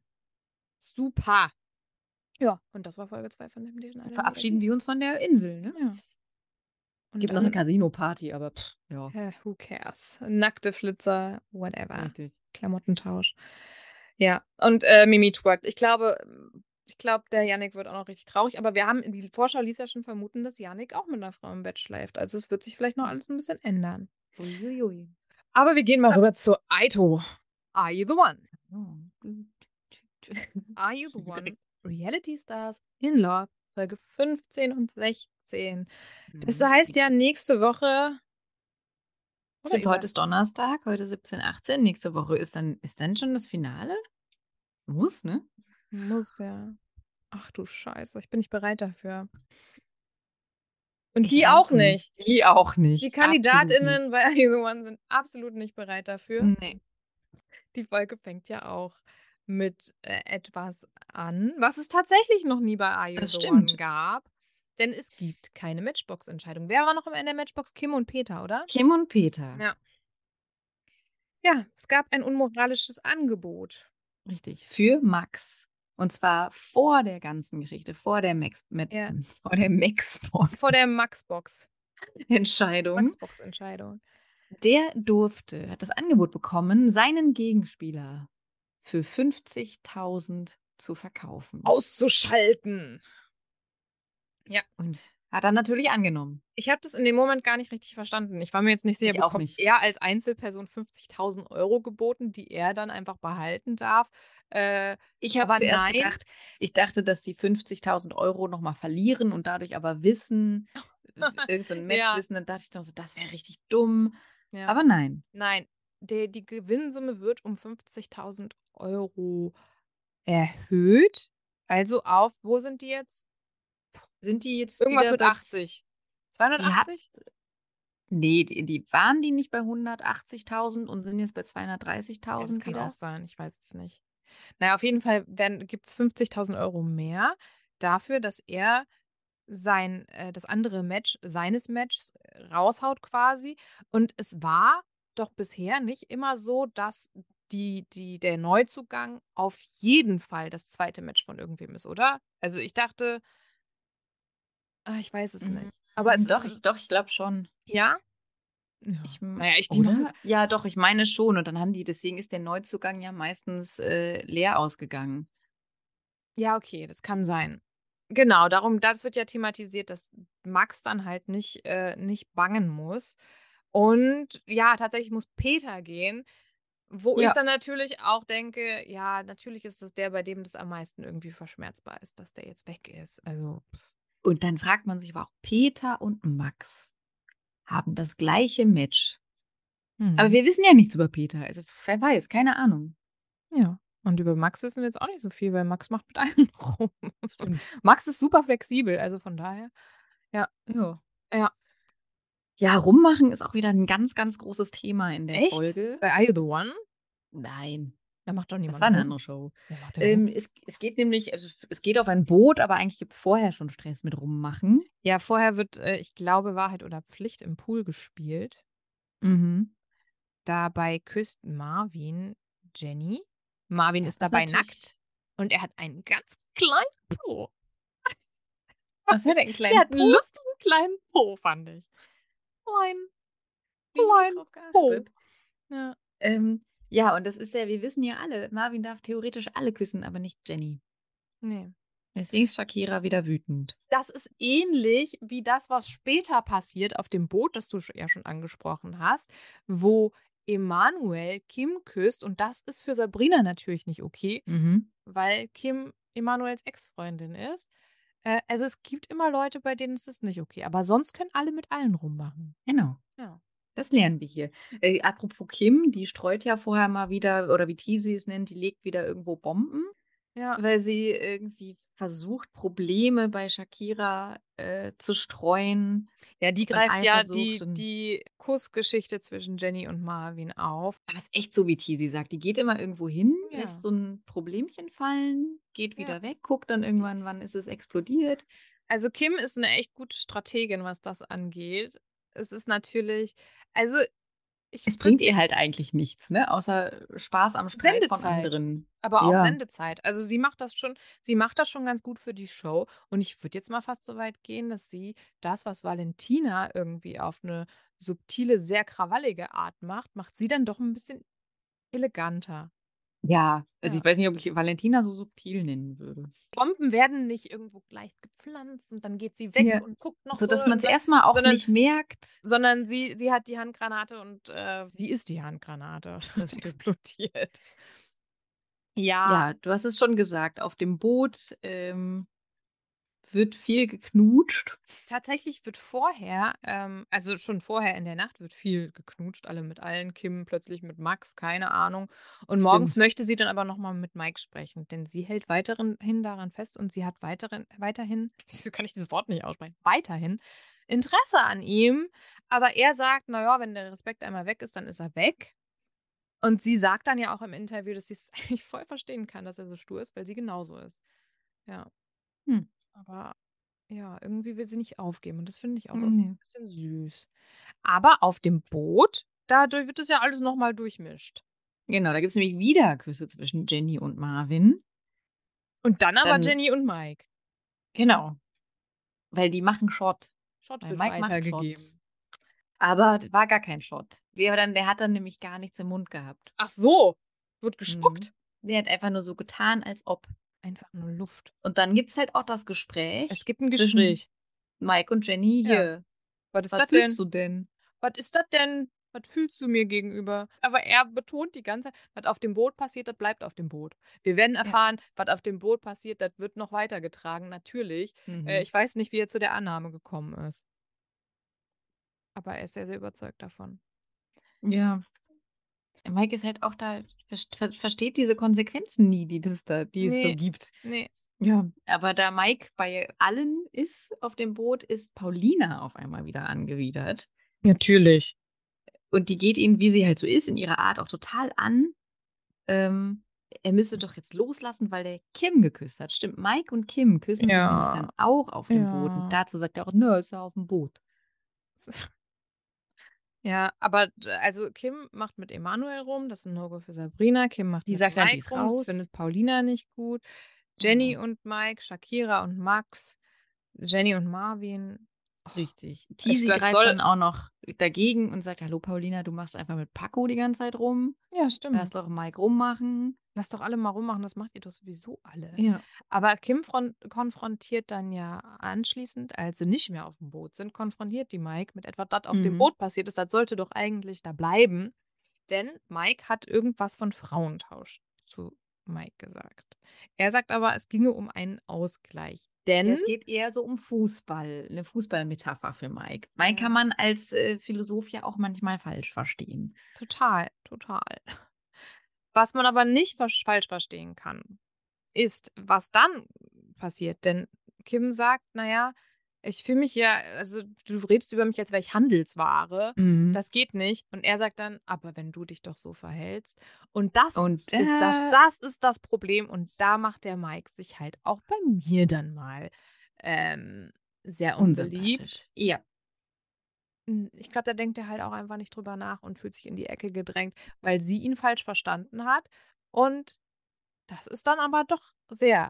Super. Ja, und das war Folge 2 von Temptation Island. Verabschieden wir uns von der Insel, ne? Ja. Und gibt noch eine Casino-Party, aber ja. Who cares? Nackte Flitzer, whatever. Richtig. Klamottentausch. Ja, und Mimi twerkt. Ich glaube, der Yannick wird auch noch richtig traurig, aber die Vorschau ließ ja schon vermuten, dass Yannick auch mit einer Frau im Bett schläft. Also es wird sich vielleicht noch alles ein bisschen ändern. Uiuiui. Aber wir gehen mal rüber zu Aito. Are you the one? Are you the one? Reality Stars in Love, Folge 15 und 16. Das heißt ja nächste Woche. Stimmt, heute ist Donnerstag, heute 17, 18. Nächste Woche ist dann schon das Finale? Muss, ne? Muss, ja. Ach du Scheiße, ich bin nicht bereit dafür. Und die auch nicht. Die auch nicht. Die KandidatInnen bei Are You the One sind absolut nicht bereit dafür. Nee. Die Folge fängt ja auch mit etwas an, was es tatsächlich noch nie bei Are You the One gab. Denn es gibt keine Matchbox-Entscheidung. Wer war noch in der Matchbox? Kim und Peter, oder? Kim und Peter. Ja. Ja, es gab ein unmoralisches Angebot. Richtig. Für Max. Und zwar vor der ganzen Geschichte, vor der Maxbox. Vor der Maxbox. Entscheidung. Xbox-Entscheidung. Der hat das Angebot bekommen, seinen Gegenspieler für 50.000 zu verkaufen. Auszuschalten. Und hat er natürlich angenommen. Ich habe das in dem Moment gar nicht richtig verstanden. Ich war mir jetzt nicht sicher, Ich auch bekommt nicht. er als Einzelperson 50.000 € geboten, die er dann einfach behalten darf? Ich habe Aber zuerst nein. gedacht, ich dachte, dass die 50.000 € nochmal verlieren und dadurch aber wissen, irgend so ein Match Ja. wissen. Dann dachte ich noch so, das wäre richtig dumm. Ja. Aber nein. Nein, die Gewinnsumme wird um 50.000 € erhöht. Also auf, wo sind die jetzt? Sind die jetzt Irgendwas wieder mit bei 80. 280? Nee, waren die nicht bei 180.000 und sind jetzt bei Ja, das 230.000 kann wieder? auch sein, ich weiß es nicht. Naja, auf jeden Fall gibt es 50.000 € mehr dafür, dass er das andere Match seines Matches raushaut quasi. Und es war doch bisher nicht immer so, dass der Neuzugang auf jeden Fall das zweite Match von irgendwem ist, oder? Also ich dachte, ich weiß es nicht. Aber es Doch, ist, ich glaube schon. ja? Ja. Naja, Oder? Ja, doch, ich meine schon. Und dann deswegen ist der Neuzugang ja meistens leer ausgegangen. Ja, okay, das kann sein. Genau, das wird ja thematisiert, dass Max dann halt nicht bangen muss. Und ja, tatsächlich muss Peter gehen, wo ich Ja. dann natürlich auch denke, ja, natürlich ist es der, bei dem das am meisten irgendwie verschmerzbar ist, dass der jetzt weg ist. Also, Und dann fragt man sich aber auch, Peter und Max haben das gleiche Match. Aber wir wissen ja nichts über Peter. Also, wer weiß, keine Ahnung. ja. Und über Max wissen wir jetzt auch nicht so viel, weil Max macht mit allen rum. Stimmt. Max ist super flexibel, also von daher. Ja. Ja. Ja. Ja, rummachen ist auch wieder ein ganz, ganz großes Thema in der Echt? Folge. Bei Are You the One? Nein, Da macht doch das niemand war eine rum. andere Show. Wer macht denn rum? Es geht nämlich, also es geht auf ein Boot, aber eigentlich gibt es vorher schon Stress mit Rummachen. Ja, vorher wird, ich glaube, Wahrheit oder Pflicht im Pool gespielt. Mhm. Dabei küsst Marvin Jenny. Marvin Ja, ist das dabei natürlich- nackt und er hat einen ganz kleinen Po. Was hat er, einen Der kleinen hat einen lustigen kleinen Po, fand ich. Klein drauf Po. geachtet? Ja. Ja, und das ist ja, wir wissen ja alle, Marvin darf theoretisch alle küssen, aber nicht Jenny. Nee. Deswegen ist Shakira wieder wütend. Das ist ähnlich wie das, was später passiert auf dem Boot, das du ja schon angesprochen hast, wo Emanuel Kim küsst. Und das ist für Sabrina natürlich nicht okay, weil Kim Emanuels Ex-Freundin ist. Also es gibt immer Leute, bei denen ist es nicht okay. Aber sonst können alle mit allen rummachen. Genau. Ja. Das lernen wir hier. Apropos Kim, die streut ja vorher mal wieder, oder wie Teasy es nennt, die legt wieder irgendwo Bomben, Ja. weil sie irgendwie versucht, Probleme bei Shakira zu streuen. Ja, die Und greift ja Eifersucht und- die Kussgeschichte zwischen Jenny und Marvin auf. Aber es ist echt so, wie Teasy sagt. Die geht immer irgendwo hin, Ja. lässt so ein Problemchen fallen, geht wieder Ja. weg, guckt dann irgendwann, wann ist es explodiert. Also Kim ist eine echt gute Strategin, was das angeht. Es ist natürlich, also Es bringt ihr halt eigentlich nichts, ne? Außer Spaß am Streit von Sendezeit. anderen. Aber auch Ja. Sendezeit. Also sie macht das schon ganz gut für die Show. Und ich würde jetzt mal fast so weit gehen, dass sie das, was Valentina irgendwie auf eine subtile, sehr krawallige Art macht sie dann doch ein bisschen eleganter. Ja, also Ja. ich weiß nicht, ob ich Valentina so subtil nennen würde. Bomben werden nicht irgendwo gleich gepflanzt und dann geht sie weg Ja. und guckt noch So, dass so, man es erstmal auch sondern- nicht merkt. sondern sie hat die Handgranate und sie ist die Handgranate. Das und stimmt. explodiert. Ja, du hast es schon gesagt, auf dem Boot wird viel geknutscht. Tatsächlich wird vorher, also schon vorher in der Nacht wird viel geknutscht, alle mit allen, Kim plötzlich mit Max, keine Ahnung. Und morgens Stimmt. möchte sie dann aber nochmal mit Mike sprechen, denn sie hält weiterhin daran fest und sie hat weiterhin, kann ich dieses Wort nicht aussprechen, weiterhin Interesse an ihm. Aber er sagt, naja, wenn der Respekt einmal weg ist, dann ist er weg. Und sie sagt dann ja auch im Interview, dass sie es eigentlich voll verstehen kann, dass er so stur ist, weil sie genauso ist. Ja. Aber ja, irgendwie will sie nicht aufgeben. Und das finde ich auch irgendwie ein bisschen süß. Aber auf dem Boot, dadurch wird es ja alles nochmal durchmischt. Genau, da gibt es nämlich wieder Küsse zwischen Jenny und Marvin. Und dann aber Dann- Jenny und Mike. Genau. Weil die machen Shot. Shot Weil wird Mike macht weitergegeben. Shot. Aber das war gar kein Shot. Der hat dann nämlich gar nichts im Mund gehabt. Ach so, wird gespuckt. Der hat einfach nur so getan, als ob. Einfach nur Luft. Und dann gibt es halt auch das Gespräch. Es gibt ein zwischen Gespräch. Mike und Jenny Ja. hier. Was ist Was das fühlst denn? du denn? Was ist das denn? Was fühlst du mir gegenüber? Aber er betont die ganze Zeit, was auf dem Boot passiert, das bleibt auf dem Boot. Wir werden erfahren, was auf dem Boot passiert, das wird noch weitergetragen, natürlich. Ich weiß nicht, wie er zu der Annahme gekommen ist. Aber er ist sehr, sehr überzeugt davon. Ja. Mike ist halt auch da, versteht diese Konsequenzen nie, die es so gibt. Nee. Ja, aber da Mike bei allen ist auf dem Boot, ist Paulina auf einmal wieder angewidert. Natürlich. Und die geht ihn, wie sie halt so ist, in ihrer Art auch total an. Er müsse doch jetzt loslassen, weil der Kim geküsst hat. Stimmt, Mike und Kim küssen sich nämlich dann auch auf dem Boot. Und dazu sagt er auch, nö, ist er auf dem Boot. Ja, aber also Kim macht mit Emanuel rum, das ist ein No-Go für Sabrina. Kim macht Die mit sagt dann, die Mike ist rum, das raus. findet Paulina nicht gut. Jenny Ja. und Mike, Shakira und Max, Jenny und Marvin. Richtig. Tizi greift dann auch noch dagegen und sagt, hallo Paulina, du machst einfach mit Paco die ganze Zeit rum. Ja, stimmt. Lass doch Mike rummachen. Lass doch alle mal rummachen, das macht ihr doch sowieso alle. Ja. Aber Kim konfrontiert dann ja anschließend, als sie nicht mehr auf dem Boot sind, konfrontiert die Mike mit etwas, das auf dem Boot passiert ist. Das sollte doch eigentlich da bleiben. Denn Mike hat irgendwas von Frauentausch zu Mike gesagt. Er sagt aber, es ginge um einen Ausgleich. Denn es geht eher so um Fußball, eine Fußballmetapher für Mike. Mike kann man als Philosoph ja auch manchmal falsch verstehen. Total. Was man aber nicht falsch verstehen kann, ist, was dann passiert. Denn Kim sagt, naja, ich fühle mich ja, also du redest über mich, als wäre ich Handelsware. Das geht nicht. Und er sagt dann, aber wenn du dich doch so verhältst. Und das ist das Problem. Und da macht der Mike sich halt auch bei mir dann mal sehr unbeliebt. Ja. Ich glaube, da denkt er halt auch einfach nicht drüber nach und fühlt sich in die Ecke gedrängt, weil sie ihn falsch verstanden hat. Und das ist dann aber doch sehr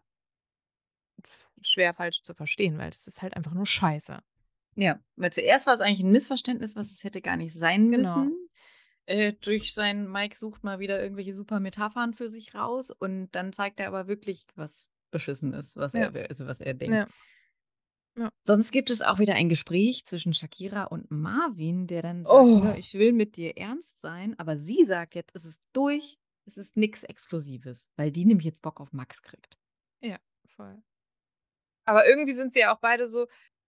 schwer falsch zu verstehen, weil es ist halt einfach nur Scheiße. Ja, weil zuerst war es eigentlich ein Missverständnis, was es hätte gar nicht sein müssen. Durch sein Mike sucht mal wieder irgendwelche super Metaphern für sich raus und dann zeigt er aber wirklich, was beschissen ist, was er denkt. Ja. Sonst gibt es auch wieder ein Gespräch zwischen Shakira und Marvin, der dann sagt, ich will mit dir ernst sein, aber sie sagt jetzt, es ist durch, es ist nichts Exklusives, weil die nämlich jetzt Bock auf Max kriegt. Ja, voll. Aber irgendwie sind sie ja auch beide so,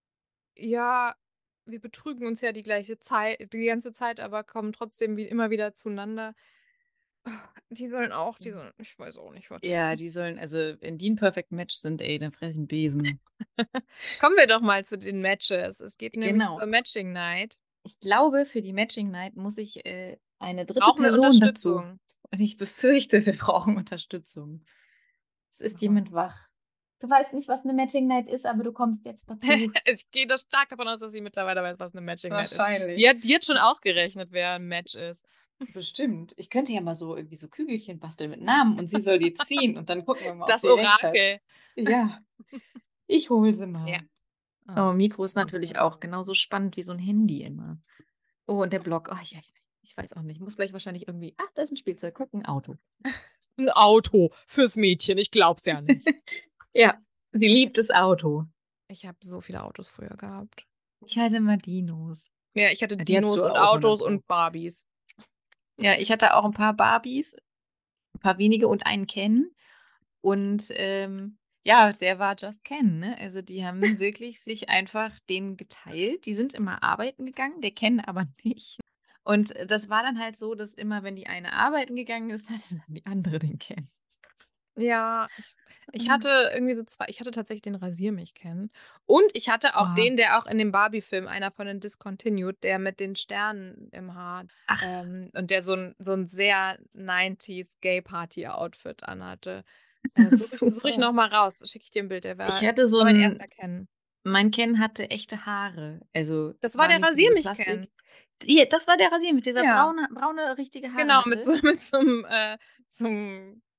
ja, wir betrügen uns ja die ganze Zeit, aber kommen trotzdem immer wieder zueinander. Die sollen, ich weiß auch nicht, was. Ja, die sollen, also wenn die ein Perfect Match sind, dann fressen Besen. Kommen wir doch mal zu den Matches. Es geht nämlich zur Matching Night. Ich glaube, für die Matching Night muss ich eine dritte Brauchen Person Unterstützung dazu. Und ich befürchte, wir brauchen Unterstützung. Es ist jemand wach. Du weißt nicht, was eine Matching Night ist, aber du kommst jetzt dazu. Ich gehe da stark davon aus, dass sie mittlerweile weiß, was eine Matching Night ist. Wahrscheinlich. Die hat schon ausgerechnet, wer ein Match ist. Bestimmt. Ich könnte ja mal so irgendwie so Kügelchen basteln mit Namen und sie soll die ziehen und dann gucken wir mal, das Orakel. Ja. Ich hole sie mal. Ja. Oh, Mikro ist natürlich auch genauso spannend wie so ein Handy immer. Oh, und der Block. Oh, ja, ich weiß auch nicht. Ich muss gleich wahrscheinlich irgendwie. Ach, da ist ein Spielzeug. Guck, ein Auto. Ein Auto fürs Mädchen. Ich glaub's ja nicht. Ja, sie liebt das Auto. Ich habe so viele Autos früher gehabt. Ich hatte immer Dinos. Ja, ich hatte Dinos und Autos und Barbies. Ja, ich hatte auch ein paar Barbies, ein paar wenige und einen Ken. Und ja, der war just Ken, ne? Also die haben wirklich sich einfach den geteilt. Die sind immer arbeiten gegangen, der Ken aber nicht. Und das war dann halt so, dass immer, wenn die eine arbeiten gegangen ist, hatte dann die andere den Ken. Ja, ich hatte irgendwie so ich hatte tatsächlich den Rasiermilch-Ken. Und ich hatte auch den, der auch in dem Barbie-Film, einer von den Discontinued, der mit den Sternen im Haar. Und der so ein sehr 90s Gay-Party-Outfit anhatte. Suche ich nochmal raus, schicke ich dir ein Bild. Der war, ich hatte so mein erster Ken. Mein Ken hatte echte Haare. Also, das war der Rasiermilch-Ken. Ja, das war der Rasiermilch, dieser braune richtige Haare. Genau, mit so einem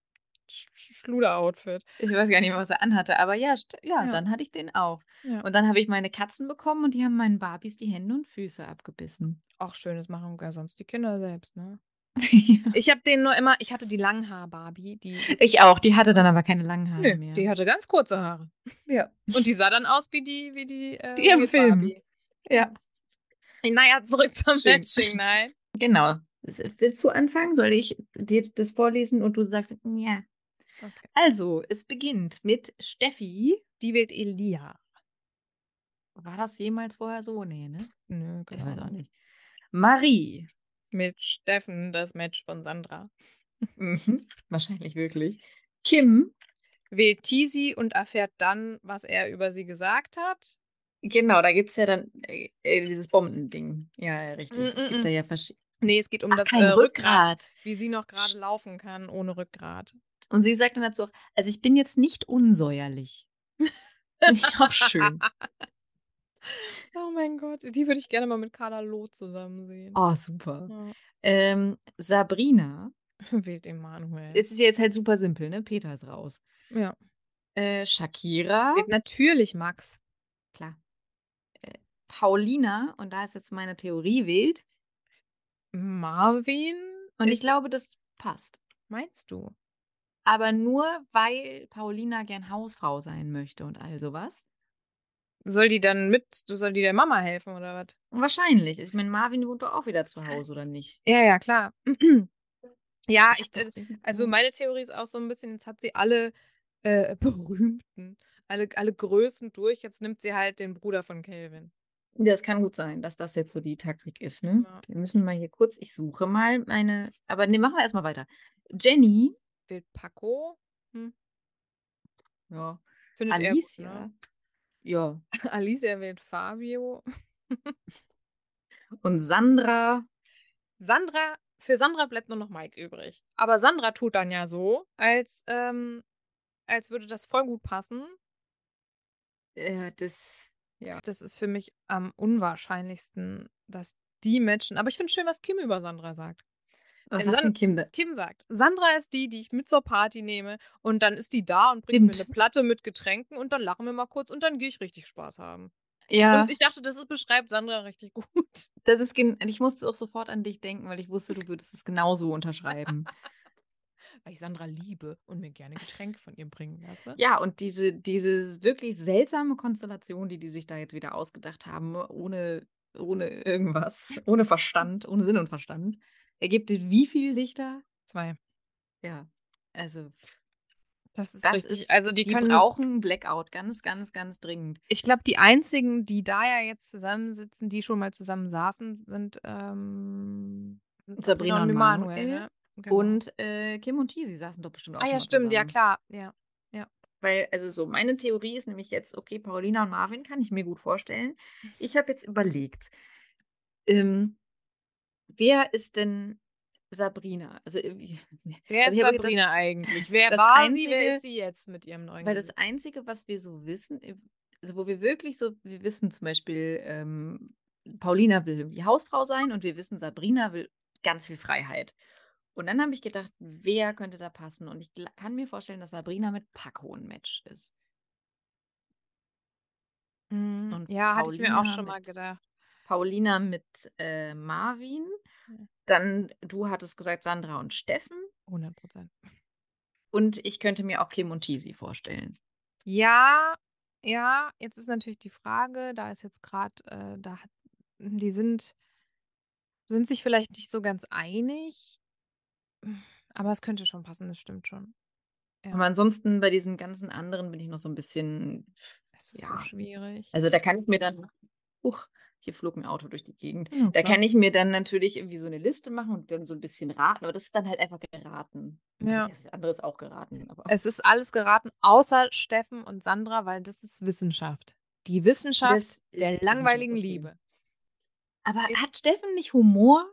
Schluder-Outfit. Ich weiß gar nicht mehr, was er anhatte, aber ja, Ja. dann hatte ich den auch. Ja. Und dann habe ich meine Katzen bekommen und die haben meinen Barbies die Hände und Füße abgebissen. Auch schön, das machen ja sonst die Kinder selbst, ne? Ja. Ich habe den nur immer, ich hatte die Langhaar-Barbie, die Ich auch, die hatte dann aber keine langen Haare Nö, mehr. die hatte ganz kurze Haare. Ja. Und die sah dann aus wie die Die im Real Film. Barbie. Ja. Naja, zurück zum Schön. Matching Night. Genau. Willst du anfangen? Soll ich dir das vorlesen und du sagst, ja. Okay. Also, es beginnt mit Steffi. Die wählt Elia. War das jemals vorher so? Nee, ne? Nö, Ich keine weiß auch Ahnung. nicht. Marie. Mit Steffen, das Match von Sandra. Wahrscheinlich wirklich. Kim. Wählt Tizi und erfährt dann, was er über sie gesagt hat. Genau, da gibt es ja dann dieses Bombending. Ja, richtig. Es gibt da ja verschiedene. Nee, es geht um das kein Rückgrat. wie sie noch gerade laufen kann ohne Rückgrat. Und sie sagt dann dazu auch, also ich bin jetzt nicht unsäuerlich. Finde ich auch schön. Oh mein Gott, die würde ich gerne mal mit Carla Loh zusammen sehen. Oh, super. Ja. Sabrina. Wählt Emanuel. Es ist jetzt halt super simpel, ne? Peter ist raus. Ja. Shakira. Wählt natürlich Max. Klar. Paulina, und da ist jetzt meine Theorie, wählt. Marvin. Und ich glaube, das passt. Meinst du? Aber nur, weil Paulina gern Hausfrau sein möchte und all sowas. Soll die der Mama helfen oder was? Wahrscheinlich. Ich meine, Marvin wohnt doch auch wieder zu Hause, oder nicht? Ja, ja, klar. Ja, Also meine Theorie ist auch so ein bisschen, jetzt hat sie alle berühmten, alle Größen durch, jetzt nimmt sie halt den Bruder von Calvin. das kann gut sein, dass das jetzt so die Taktik ist, ne? Ja. Wir müssen mal hier kurz, ich suche mal meine, aber ne, machen wir erstmal weiter. Jenny. Wählt Paco. Ja. Findet Alicia. er gut, ne? Ja. Alicia wählt Fabio. Und Sandra. Für Sandra bleibt nur noch Mike übrig. Aber Sandra tut dann ja so, als würde das voll gut passen. Ja. Das ist für mich am unwahrscheinlichsten, dass die matchen. Aber ich finde schön, was Kim über Sandra sagt. Was sagt denn Kim da? Kim sagt, Sandra ist die ich mit zur Party nehme und dann ist die da und bringt mir eine Platte mit Getränken und dann lachen wir mal kurz und dann gehe ich richtig Spaß haben. Ja. Und ich dachte, beschreibt Sandra richtig gut. Ich musste auch sofort an dich denken, weil ich wusste, du würdest es genauso unterschreiben. Weil ich Sandra liebe und mir gerne Getränke von ihr bringen lasse. Ja, und diese wirklich seltsame Konstellation, die sich da jetzt wieder ausgedacht haben, ohne irgendwas, ohne Verstand, ohne Sinn und Verstand, ergibt wie viele Lichter? 2. Ja, also das ist das richtig. ist, Also die können, brauchen Blackout, ganz, ganz, ganz dringend. ich glaube, die einzigen, die da ja jetzt zusammensitzen, die schon mal zusammen saßen, sind Sabrina und Manuel. Ne? Genau. Und Kim und Tizi saßen doch bestimmt auch schon ja, mal stimmt, ja zusammen. klar. Ja. Weil, also so, meine Theorie ist nämlich jetzt, okay, Paulina und Marvin kann ich mir gut vorstellen. Ich habe jetzt überlegt, wer ist denn Sabrina? Also, Wer ist Sabrina eigentlich? Wer war sie? Wer ist sie jetzt mit ihrem neuen Weil das Gesicht? Einzige, was wir so wissen, also wo wir wirklich so, wir wissen zum Beispiel, Paulina will die Hausfrau sein und wir wissen, Sabrina will ganz viel Freiheit. Und dann habe ich gedacht, wer könnte da passen? Und ich kann mir vorstellen, dass Sabrina mit Paco ein Match ist. Und Ja, hatte ich mir auch schon Paulina mal gedacht. Paulina mit Marvin. Ja. Dann, du hattest gesagt, Sandra und Steffen. 100%. Und ich könnte mir auch Kim und Tizi vorstellen. Ja, jetzt ist natürlich die Frage, da ist jetzt gerade, die sind sich vielleicht nicht so ganz einig, aber es könnte schon passen, das stimmt schon. Ja. Aber ansonsten bei diesen ganzen anderen bin ich noch so ein bisschen. Es ist so schwierig. Also da kann ich mir dann. Hier flog ein Auto durch die Gegend. Ja, da klar. kann ich mir dann natürlich irgendwie so eine Liste machen und dann so ein bisschen raten. Aber das ist dann halt einfach geraten. Ja. Das andere ist auch geraten. Aber Es ist alles geraten, außer Steffen und Sandra, weil das ist Wissenschaft. Die Wissenschaft der langweiligen okay. Liebe. Aber hat Steffen nicht Humor?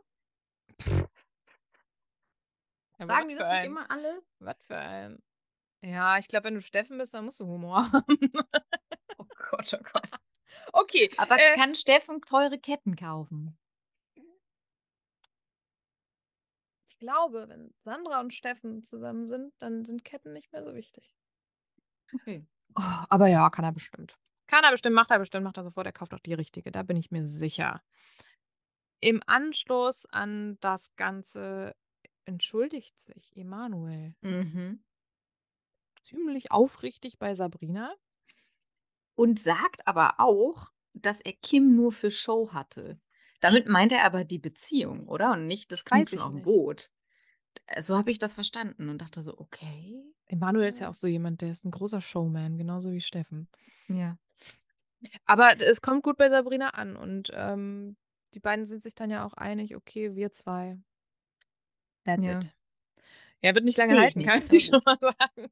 Ja, Sagen die das nicht immer alle? Was für ein. Ja, ich glaube, wenn du Steffen bist, dann musst du Humor haben. Oh Gott, oh Gott. Okay. Aber kann Steffen teure Ketten kaufen? Ich glaube, wenn Sandra und Steffen zusammen sind, dann sind Ketten nicht mehr so wichtig. Okay. Oh, aber ja, kann er bestimmt. Macht er bestimmt, macht er sofort. Er kauft auch die richtige, da bin ich mir sicher. Im Anschluss an das Ganze entschuldigt sich Emanuel Mhm. ziemlich aufrichtig bei Sabrina. Und sagt aber auch, dass er Kim nur für Show hatte. Damit meint er aber die Beziehung, oder? Und nicht das Weiß Knutschen ich auf dem nicht. Boot. So habe ich das verstanden und dachte so, okay. Emanuel ist ja auch so jemand, der ist ein großer Showman, genauso wie Steffen. Ja. Aber es kommt gut bei Sabrina an und die beiden sind sich dann ja auch einig, okay, wir zwei. That's Ja. it. Ja, wird nicht lange Sehe ich halten, nicht, kann aber ich schon gut. mal sagen.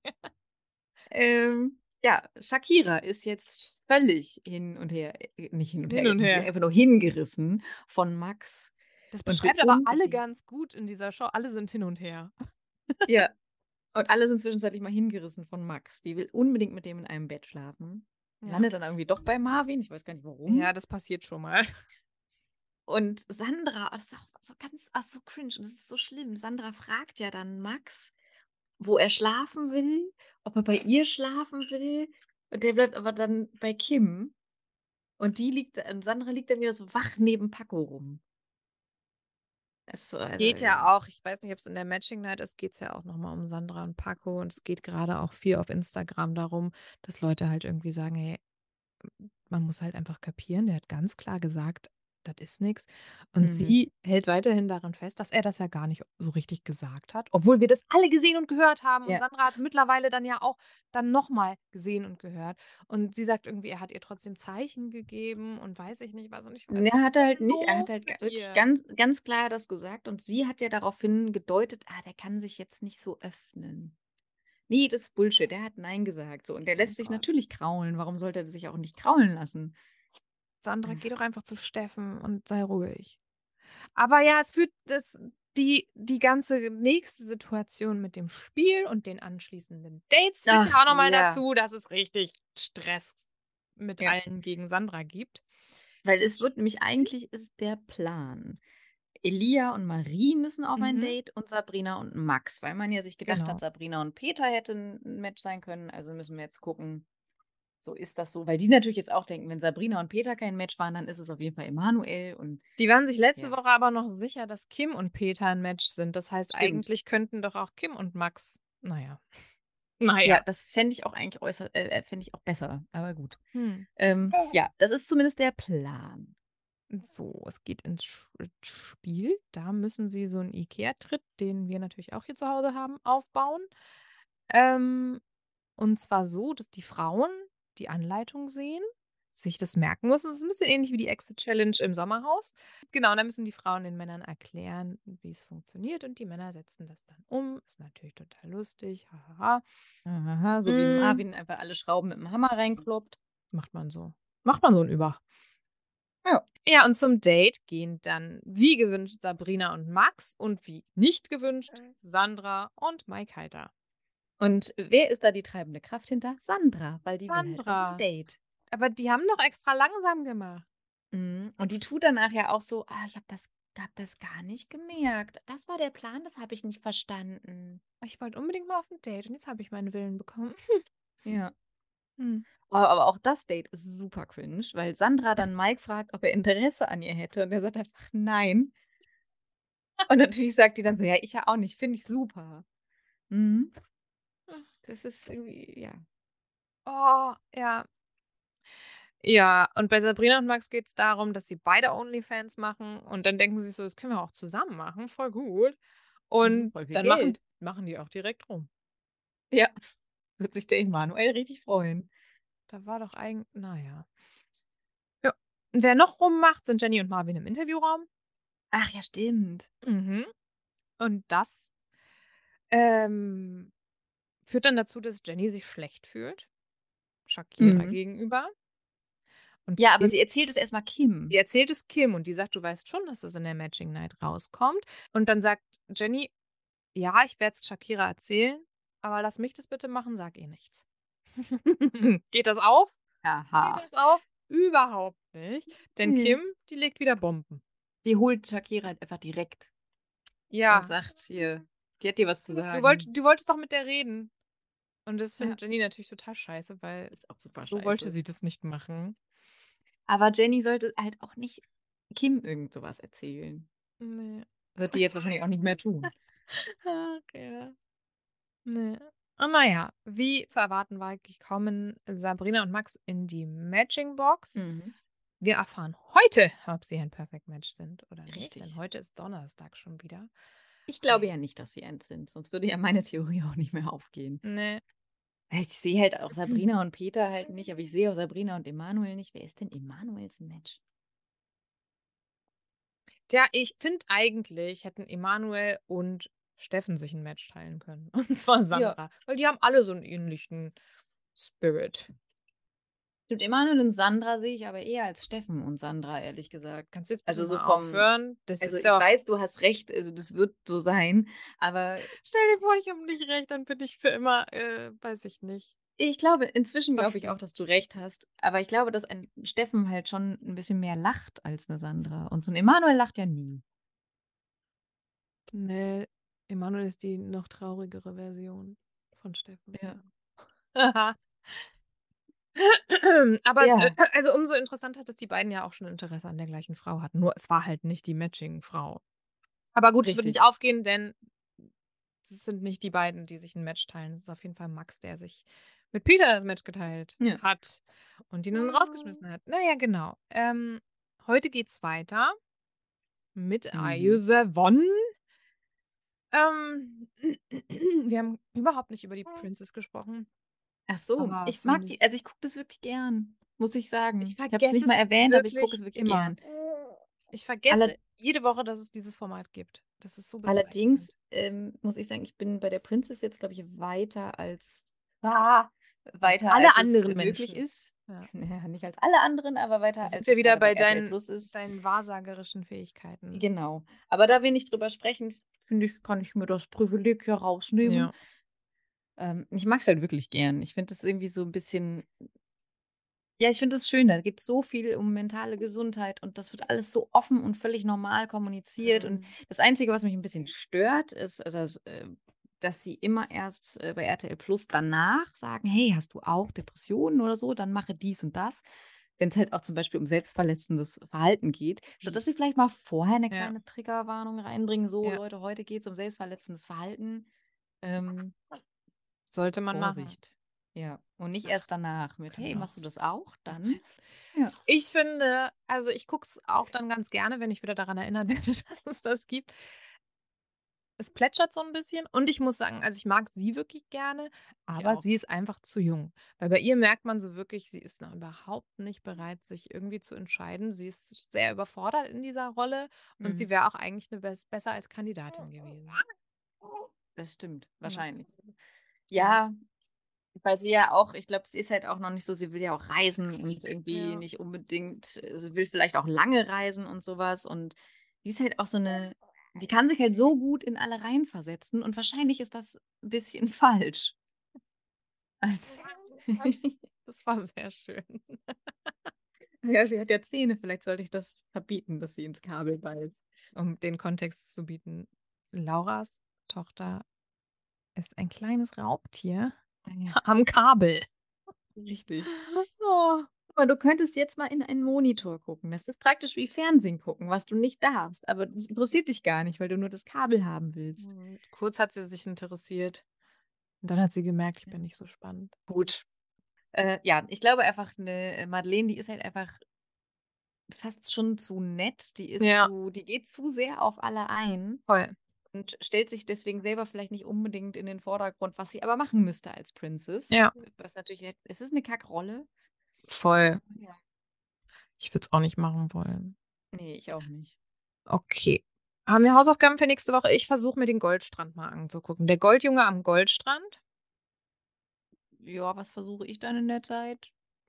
Ja, Shakira ist jetzt völlig hin und her, nicht hin und her Hin und gerissen, sie ist her. einfach nur hingerissen von Max Das und will beschreibt aber alle unbedingt. ganz gut in dieser Show. Alle sind hin und her. Ja. Und alle sind zwischenzeitlich mal hingerissen von Max. Die will unbedingt mit dem in einem Bett schlafen. Ja. Landet dann irgendwie doch bei Marvin, ich weiß gar nicht warum. Ja, das passiert schon mal. Und Sandra, das ist auch so ganz, so cringe und das ist so schlimm. Sandra fragt ja dann Max, wo er schlafen will, ob er bei ihr schlafen will. Und der bleibt aber dann bei Kim. Und Sandra liegt dann wieder so wach neben Paco rum. Es geht ja auch, ich weiß nicht, ob es in der Matching Night ist, geht es ja auch nochmal um Sandra und Paco. Und es geht gerade auch viel auf Instagram darum, dass Leute halt irgendwie sagen, hey, man muss halt einfach kapieren. Der hat ganz klar gesagt, das ist nichts. Und sie hält weiterhin daran fest, dass er das ja gar nicht so richtig gesagt hat. Obwohl wir das alle gesehen und gehört haben. Und Ja. Sandra hat es mittlerweile dann ja auch dann nochmal gesehen und gehört. Und sie sagt irgendwie, er hat ihr trotzdem Zeichen gegeben und weiß ich nicht was. Und ich weiß, Er hat halt nicht, er hat los halt mit wirklich ihr? ganz, ganz klar das gesagt und sie hat ja daraufhin gedeutet, der kann sich jetzt nicht so öffnen. Nee, das ist Bullshit, der hat Nein gesagt. So, und der lässt sich Gott. natürlich kraulen. Warum sollte er sich auch nicht kraulen lassen? Sandra, geh doch einfach zu Steffen und sei ruhig. Aber ja, es führt die ganze nächste Situation mit dem Spiel und den anschließenden Dates führt ja auch nochmal dazu, dass es richtig Stress mit Ja. allen gegen Sandra gibt. Weil es wird nämlich eigentlich ist der Plan. Elia und Marie müssen auf ein Date und Sabrina und Max, weil man ja sich gedacht Genau. hat, Sabrina und Peter hätten ein Match sein können. Also müssen wir jetzt gucken, so ist das so. Weil die natürlich jetzt auch denken, wenn Sabrina und Peter kein Match waren, dann ist es auf jeden Fall Emanuel. Und Die waren sich letzte Ja. Woche aber noch sicher, dass Kim und Peter ein Match sind. Das heißt, Stimmt. eigentlich könnten doch auch Kim und Max, naja. Ja, das fände ich auch eigentlich fände ich auch besser, aber gut. Hm. Ja, das ist zumindest der Plan. So, es geht ins Spiel. Da müssen sie so einen Ikea-Tritt, den wir natürlich auch hier zu Hause haben, aufbauen. Und zwar so, dass die Frauen die Anleitung sehen, sich das merken müssen. Das ist ein bisschen ähnlich wie die Exit-Challenge im Sommerhaus. Genau, und da müssen die Frauen den Männern erklären, wie es funktioniert. Und die Männer setzen das dann um. Ist natürlich total lustig. Hahaha. Aha, so wie Marvin einfach alle Schrauben mit dem Hammer reinkloppt. Macht man so. Macht man so ein Über. Ja. Ja, und zum Date gehen dann, wie gewünscht, Sabrina und Max und wie nicht gewünscht, Sandra und Mike Heiter. Und wer ist da die treibende Kraft hinter? Sandra, weil die will halt auf Sandra. ein Date. Aber die haben doch extra langsam gemacht. Und die tut danach ja auch so, ich habe das gar nicht gemerkt. Das war der Plan, das habe ich nicht verstanden. Ich wollte unbedingt mal auf ein Date und jetzt habe ich meinen Willen bekommen. Ja. Hm. Aber auch das Date ist super cringe, weil Sandra dann Mike fragt, ob er Interesse an ihr hätte und er sagt einfach nein. Und natürlich sagt die dann so, ja, ich ja auch nicht, finde ich super. Das ist irgendwie, ja. Oh, ja. Ja, und bei Sabrina und Max geht es darum, dass sie beide OnlyFans machen und dann denken sie sich so, das können wir auch zusammen machen, voll gut. Und Voll viel dann Geld. machen die auch direkt rum. Ja, wird sich der Emanuel richtig freuen. Da war doch eigentlich, naja. Ja. Und wer noch rummacht, sind Jenny und Marvin im Interviewraum. Ach ja, stimmt. Und das führt dann dazu, dass Jenny sich schlecht fühlt. Shakira gegenüber. Und Ja, aber sie erzählt es erstmal Kim. Sie erzählt es Kim und die sagt, du weißt schon, dass das in der Matching Night rauskommt. Und dann sagt Jenny, ja, ich werde es Shakira erzählen, aber lass mich das bitte machen, sag ihr nichts. Geht das auf? Aha. Geht das auf? Überhaupt nicht. Denn Kim, die legt wieder Bomben. Die holt Shakira halt einfach direkt. Ja, und sagt, hier, die hat dir was zu du sagen. wolltest doch mit der reden. Und das Ja. findet Jenny natürlich total scheiße, weil Ist auch super so scheiße. wollte sie das nicht machen. Aber Jenny sollte halt auch nicht Kim irgend sowas erzählen. Nee. Wird die jetzt wahrscheinlich auch nicht mehr tun. Ach ja. Nee. Naja, wie zu erwarten war, kommen Sabrina und Max in die Matching-Box. Mhm. Wir erfahren heute, ob sie ein Perfect Match sind oder nicht, Richtig. denn heute ist Donnerstag schon wieder. Ich glaube ja nicht, dass sie eins sind, sonst würde ja meine Theorie auch nicht mehr aufgehen. Nee. Ich sehe halt auch Sabrina und Peter halt nicht, aber ich sehe auch Sabrina und Emanuel nicht. Wer ist denn Emanuels Match? Tja, ich finde eigentlich, hätten Emanuel und Steffen sich ein Match teilen können. Und zwar Sandra. Weil die haben alle so einen ähnlichen Spirit. Stimmt, Emanuel und Sandra sehe ich aber eher als Steffen und Sandra, ehrlich gesagt. Kannst du jetzt Also bitte so mal vom, aufhören? Das also ist ich ja auch. weiß, du hast recht, also das wird so sein, aber Stell dir vor, ich habe nicht recht, dann bin ich für immer, weiß ich nicht. inzwischen glaube ich Verführt. auch, dass du recht hast. Aber ich glaube, dass ein Steffen halt schon ein bisschen mehr lacht als eine Sandra. Und so ein Emanuel lacht ja nie. Nee, Emanuel ist die noch traurigere Version von Steffen. Ja. Aber Ja. also umso interessanter, dass die beiden ja auch schon Interesse an der gleichen Frau hatten. Nur es war halt nicht die Matching-Frau. Aber gut, es wird nicht Richtig. aufgehen, denn es sind nicht die beiden, die sich ein Match teilen. Es ist auf jeden Fall Max, der sich mit Peter das Match geteilt Ja. hat und ihn dann rausgeschmissen hat. Naja, genau. Heute geht's weiter mit IU7. Wir haben überhaupt nicht über die Princess gesprochen. Ach so, Aber ich finde mag ich. die, also ich gucke das wirklich gern, muss ich sagen. Ich Ich habe es nicht vergesse mal es erwähnt, aber ich gucke wirklich es wirklich immer. gern. Ich vergesse jede Woche, dass es dieses Format gibt. Das ist so Allerdings bezeichnend. muss ich sagen, ich bin bei der Princess jetzt, glaube ich, weiter als Alle es anderen möglich Menschen. ist. Ja. Naja, nicht als alle anderen, aber Da weiter sind als wir es wieder gerade bei bei RTL Plus ist. deinen wahrsagerischen Fähigkeiten. Genau. Aber da wir nicht drüber sprechen, finde ich, kann ich mir das Privileg hier rausnehmen. Ich mag es halt wirklich gern. Ich finde es irgendwie so ein bisschen. Ja, ich finde es schön, da geht so viel um mentale Gesundheit und das wird alles so offen und völlig normal kommuniziert. Und das Einzige, was mich ein bisschen stört, ist, dass sie immer erst bei RTL Plus danach sagen, hey, hast du auch Depressionen oder so, dann mache dies und das. Wenn es halt auch zum Beispiel um selbstverletzendes Verhalten geht, statt dass sie vielleicht mal vorher eine Ja. kleine Triggerwarnung reinbringen, so Ja. Leute, heute geht es um selbstverletzendes Verhalten. Sollte man machen. Vorsicht. Ja, und nicht erst danach mit, hey, Genau. machst du das auch? Dann. Ja. Ich finde, also ich gucke es auch dann ganz gerne, wenn ich wieder daran erinnert werde, dass es das gibt. Es plätschert so ein bisschen und ich muss sagen, also ich mag sie wirklich gerne, aber auch. sie ist einfach zu jung. Weil bei ihr merkt man so wirklich, sie ist noch überhaupt nicht bereit, sich irgendwie zu entscheiden. Sie ist sehr überfordert in dieser Rolle und sie wäre auch eigentlich besser als Kandidatin gewesen. Das stimmt, wahrscheinlich. Ja, weil sie ja auch, ich glaube, sie ist halt auch noch nicht so, sie will ja auch reisen und irgendwie nicht unbedingt, sie will vielleicht auch lange reisen und sowas. Und die ist halt auch so eine, die kann sich halt so gut in alle reinversetzen und wahrscheinlich ist das ein bisschen falsch. Das war sehr schön. Ja, sie hat ja Zähne, vielleicht sollte ich das verbieten, dass sie ins Kabel beißt. Um den Kontext zu bieten, Lauras Tochter ist ein kleines Raubtier am Kabel. Richtig. Oh. Aber du könntest jetzt mal in einen Monitor gucken. Das ist praktisch wie Fernsehen gucken, was du nicht darfst. Aber das interessiert dich gar nicht, weil du nur das Kabel haben willst. Kurz hat sie sich interessiert. Und dann hat sie gemerkt, ich bin nicht so spannend. Gut. Ja, ich glaube einfach, eine Madeleine, die ist halt einfach fast schon zu nett. Die geht zu sehr auf alle ein. Voll. Und stellt sich deswegen selber vielleicht nicht unbedingt in den Vordergrund, was sie aber machen müsste als Princess. Ja. Was natürlich, es ist eine Kackrolle. Voll. Ja. Ich würde es auch nicht machen wollen. Nee, ich auch nicht. Okay. Haben wir Hausaufgaben für nächste Woche? Ich versuche mir den Goldstrand mal anzugucken. Der Goldjunge am Goldstrand. Ja, was versuche ich dann in der Zeit?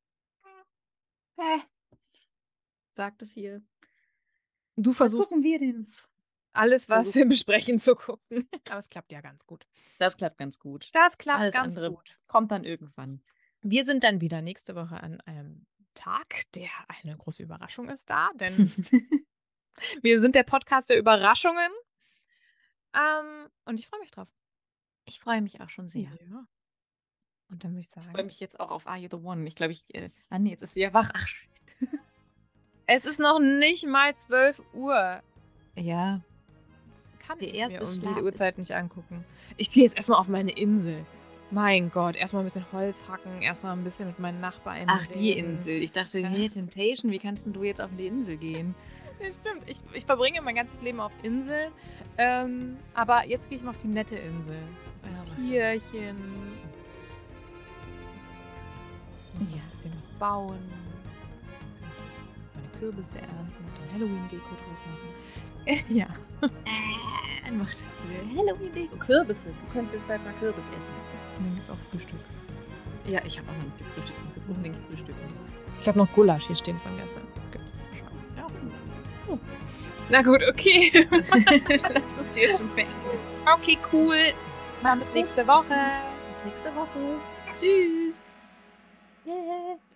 Sagt es hier. Du Was versuchst gucken wir denn? alles, was wir besprechen, zu gucken. Aber es klappt ja ganz gut. Das klappt ganz gut. Das klappt Alles ganz andere gut. kommt dann irgendwann. Wir sind dann wieder nächste Woche an einem Tag, der eine große Überraschung ist da, denn wir sind der Podcast der Überraschungen. Und ich freue mich drauf. Ich freue mich auch schon sehr. Ja. Und dann würde ich Ich freue sagen, mich jetzt auch auf Are You the One. Ich glaube, nee, jetzt ist sie ja wach. Ach, shit. es ist noch nicht mal 12 Uhr. Ja. Das kann Der ich erste mir um Schlaf die Uhrzeit ist- nicht angucken. Ich gehe jetzt erstmal auf meine Insel. Mein Gott, erstmal ein bisschen Holz hacken, erstmal ein bisschen mit meinen Nachbarn Ach, die reden. Insel. Ich dachte, Ja. hey, Temptation, wie kannst denn du jetzt auf die Insel gehen? Das stimmt, ich verbringe mein ganzes Leben auf Inseln. Aber jetzt gehe ich mal auf die nette Insel. Mit so Ja, mach Tierchen. Muss noch Ja. ein bisschen was bauen. Meine Kürbisse ernten und dann Halloween-Deko draus machen. Ja. Macht es Halloween-Deko. Kürbisse. Du kannst jetzt bald mal Kürbis essen. Und dann gibt's auch Frühstück. Ja, ich habe auch noch nicht gefrühstückt. Ich muss jetzt unbedingt frühstücken. Ich habe noch Gulasch hier stehen von gestern. Gibt's jetzt wahrscheinlich. Ja. Na gut, okay. Lass es dir schmecken. Okay, cool. Dann bis nächste Woche. Bis nächste Woche. Tschüss. Yeah.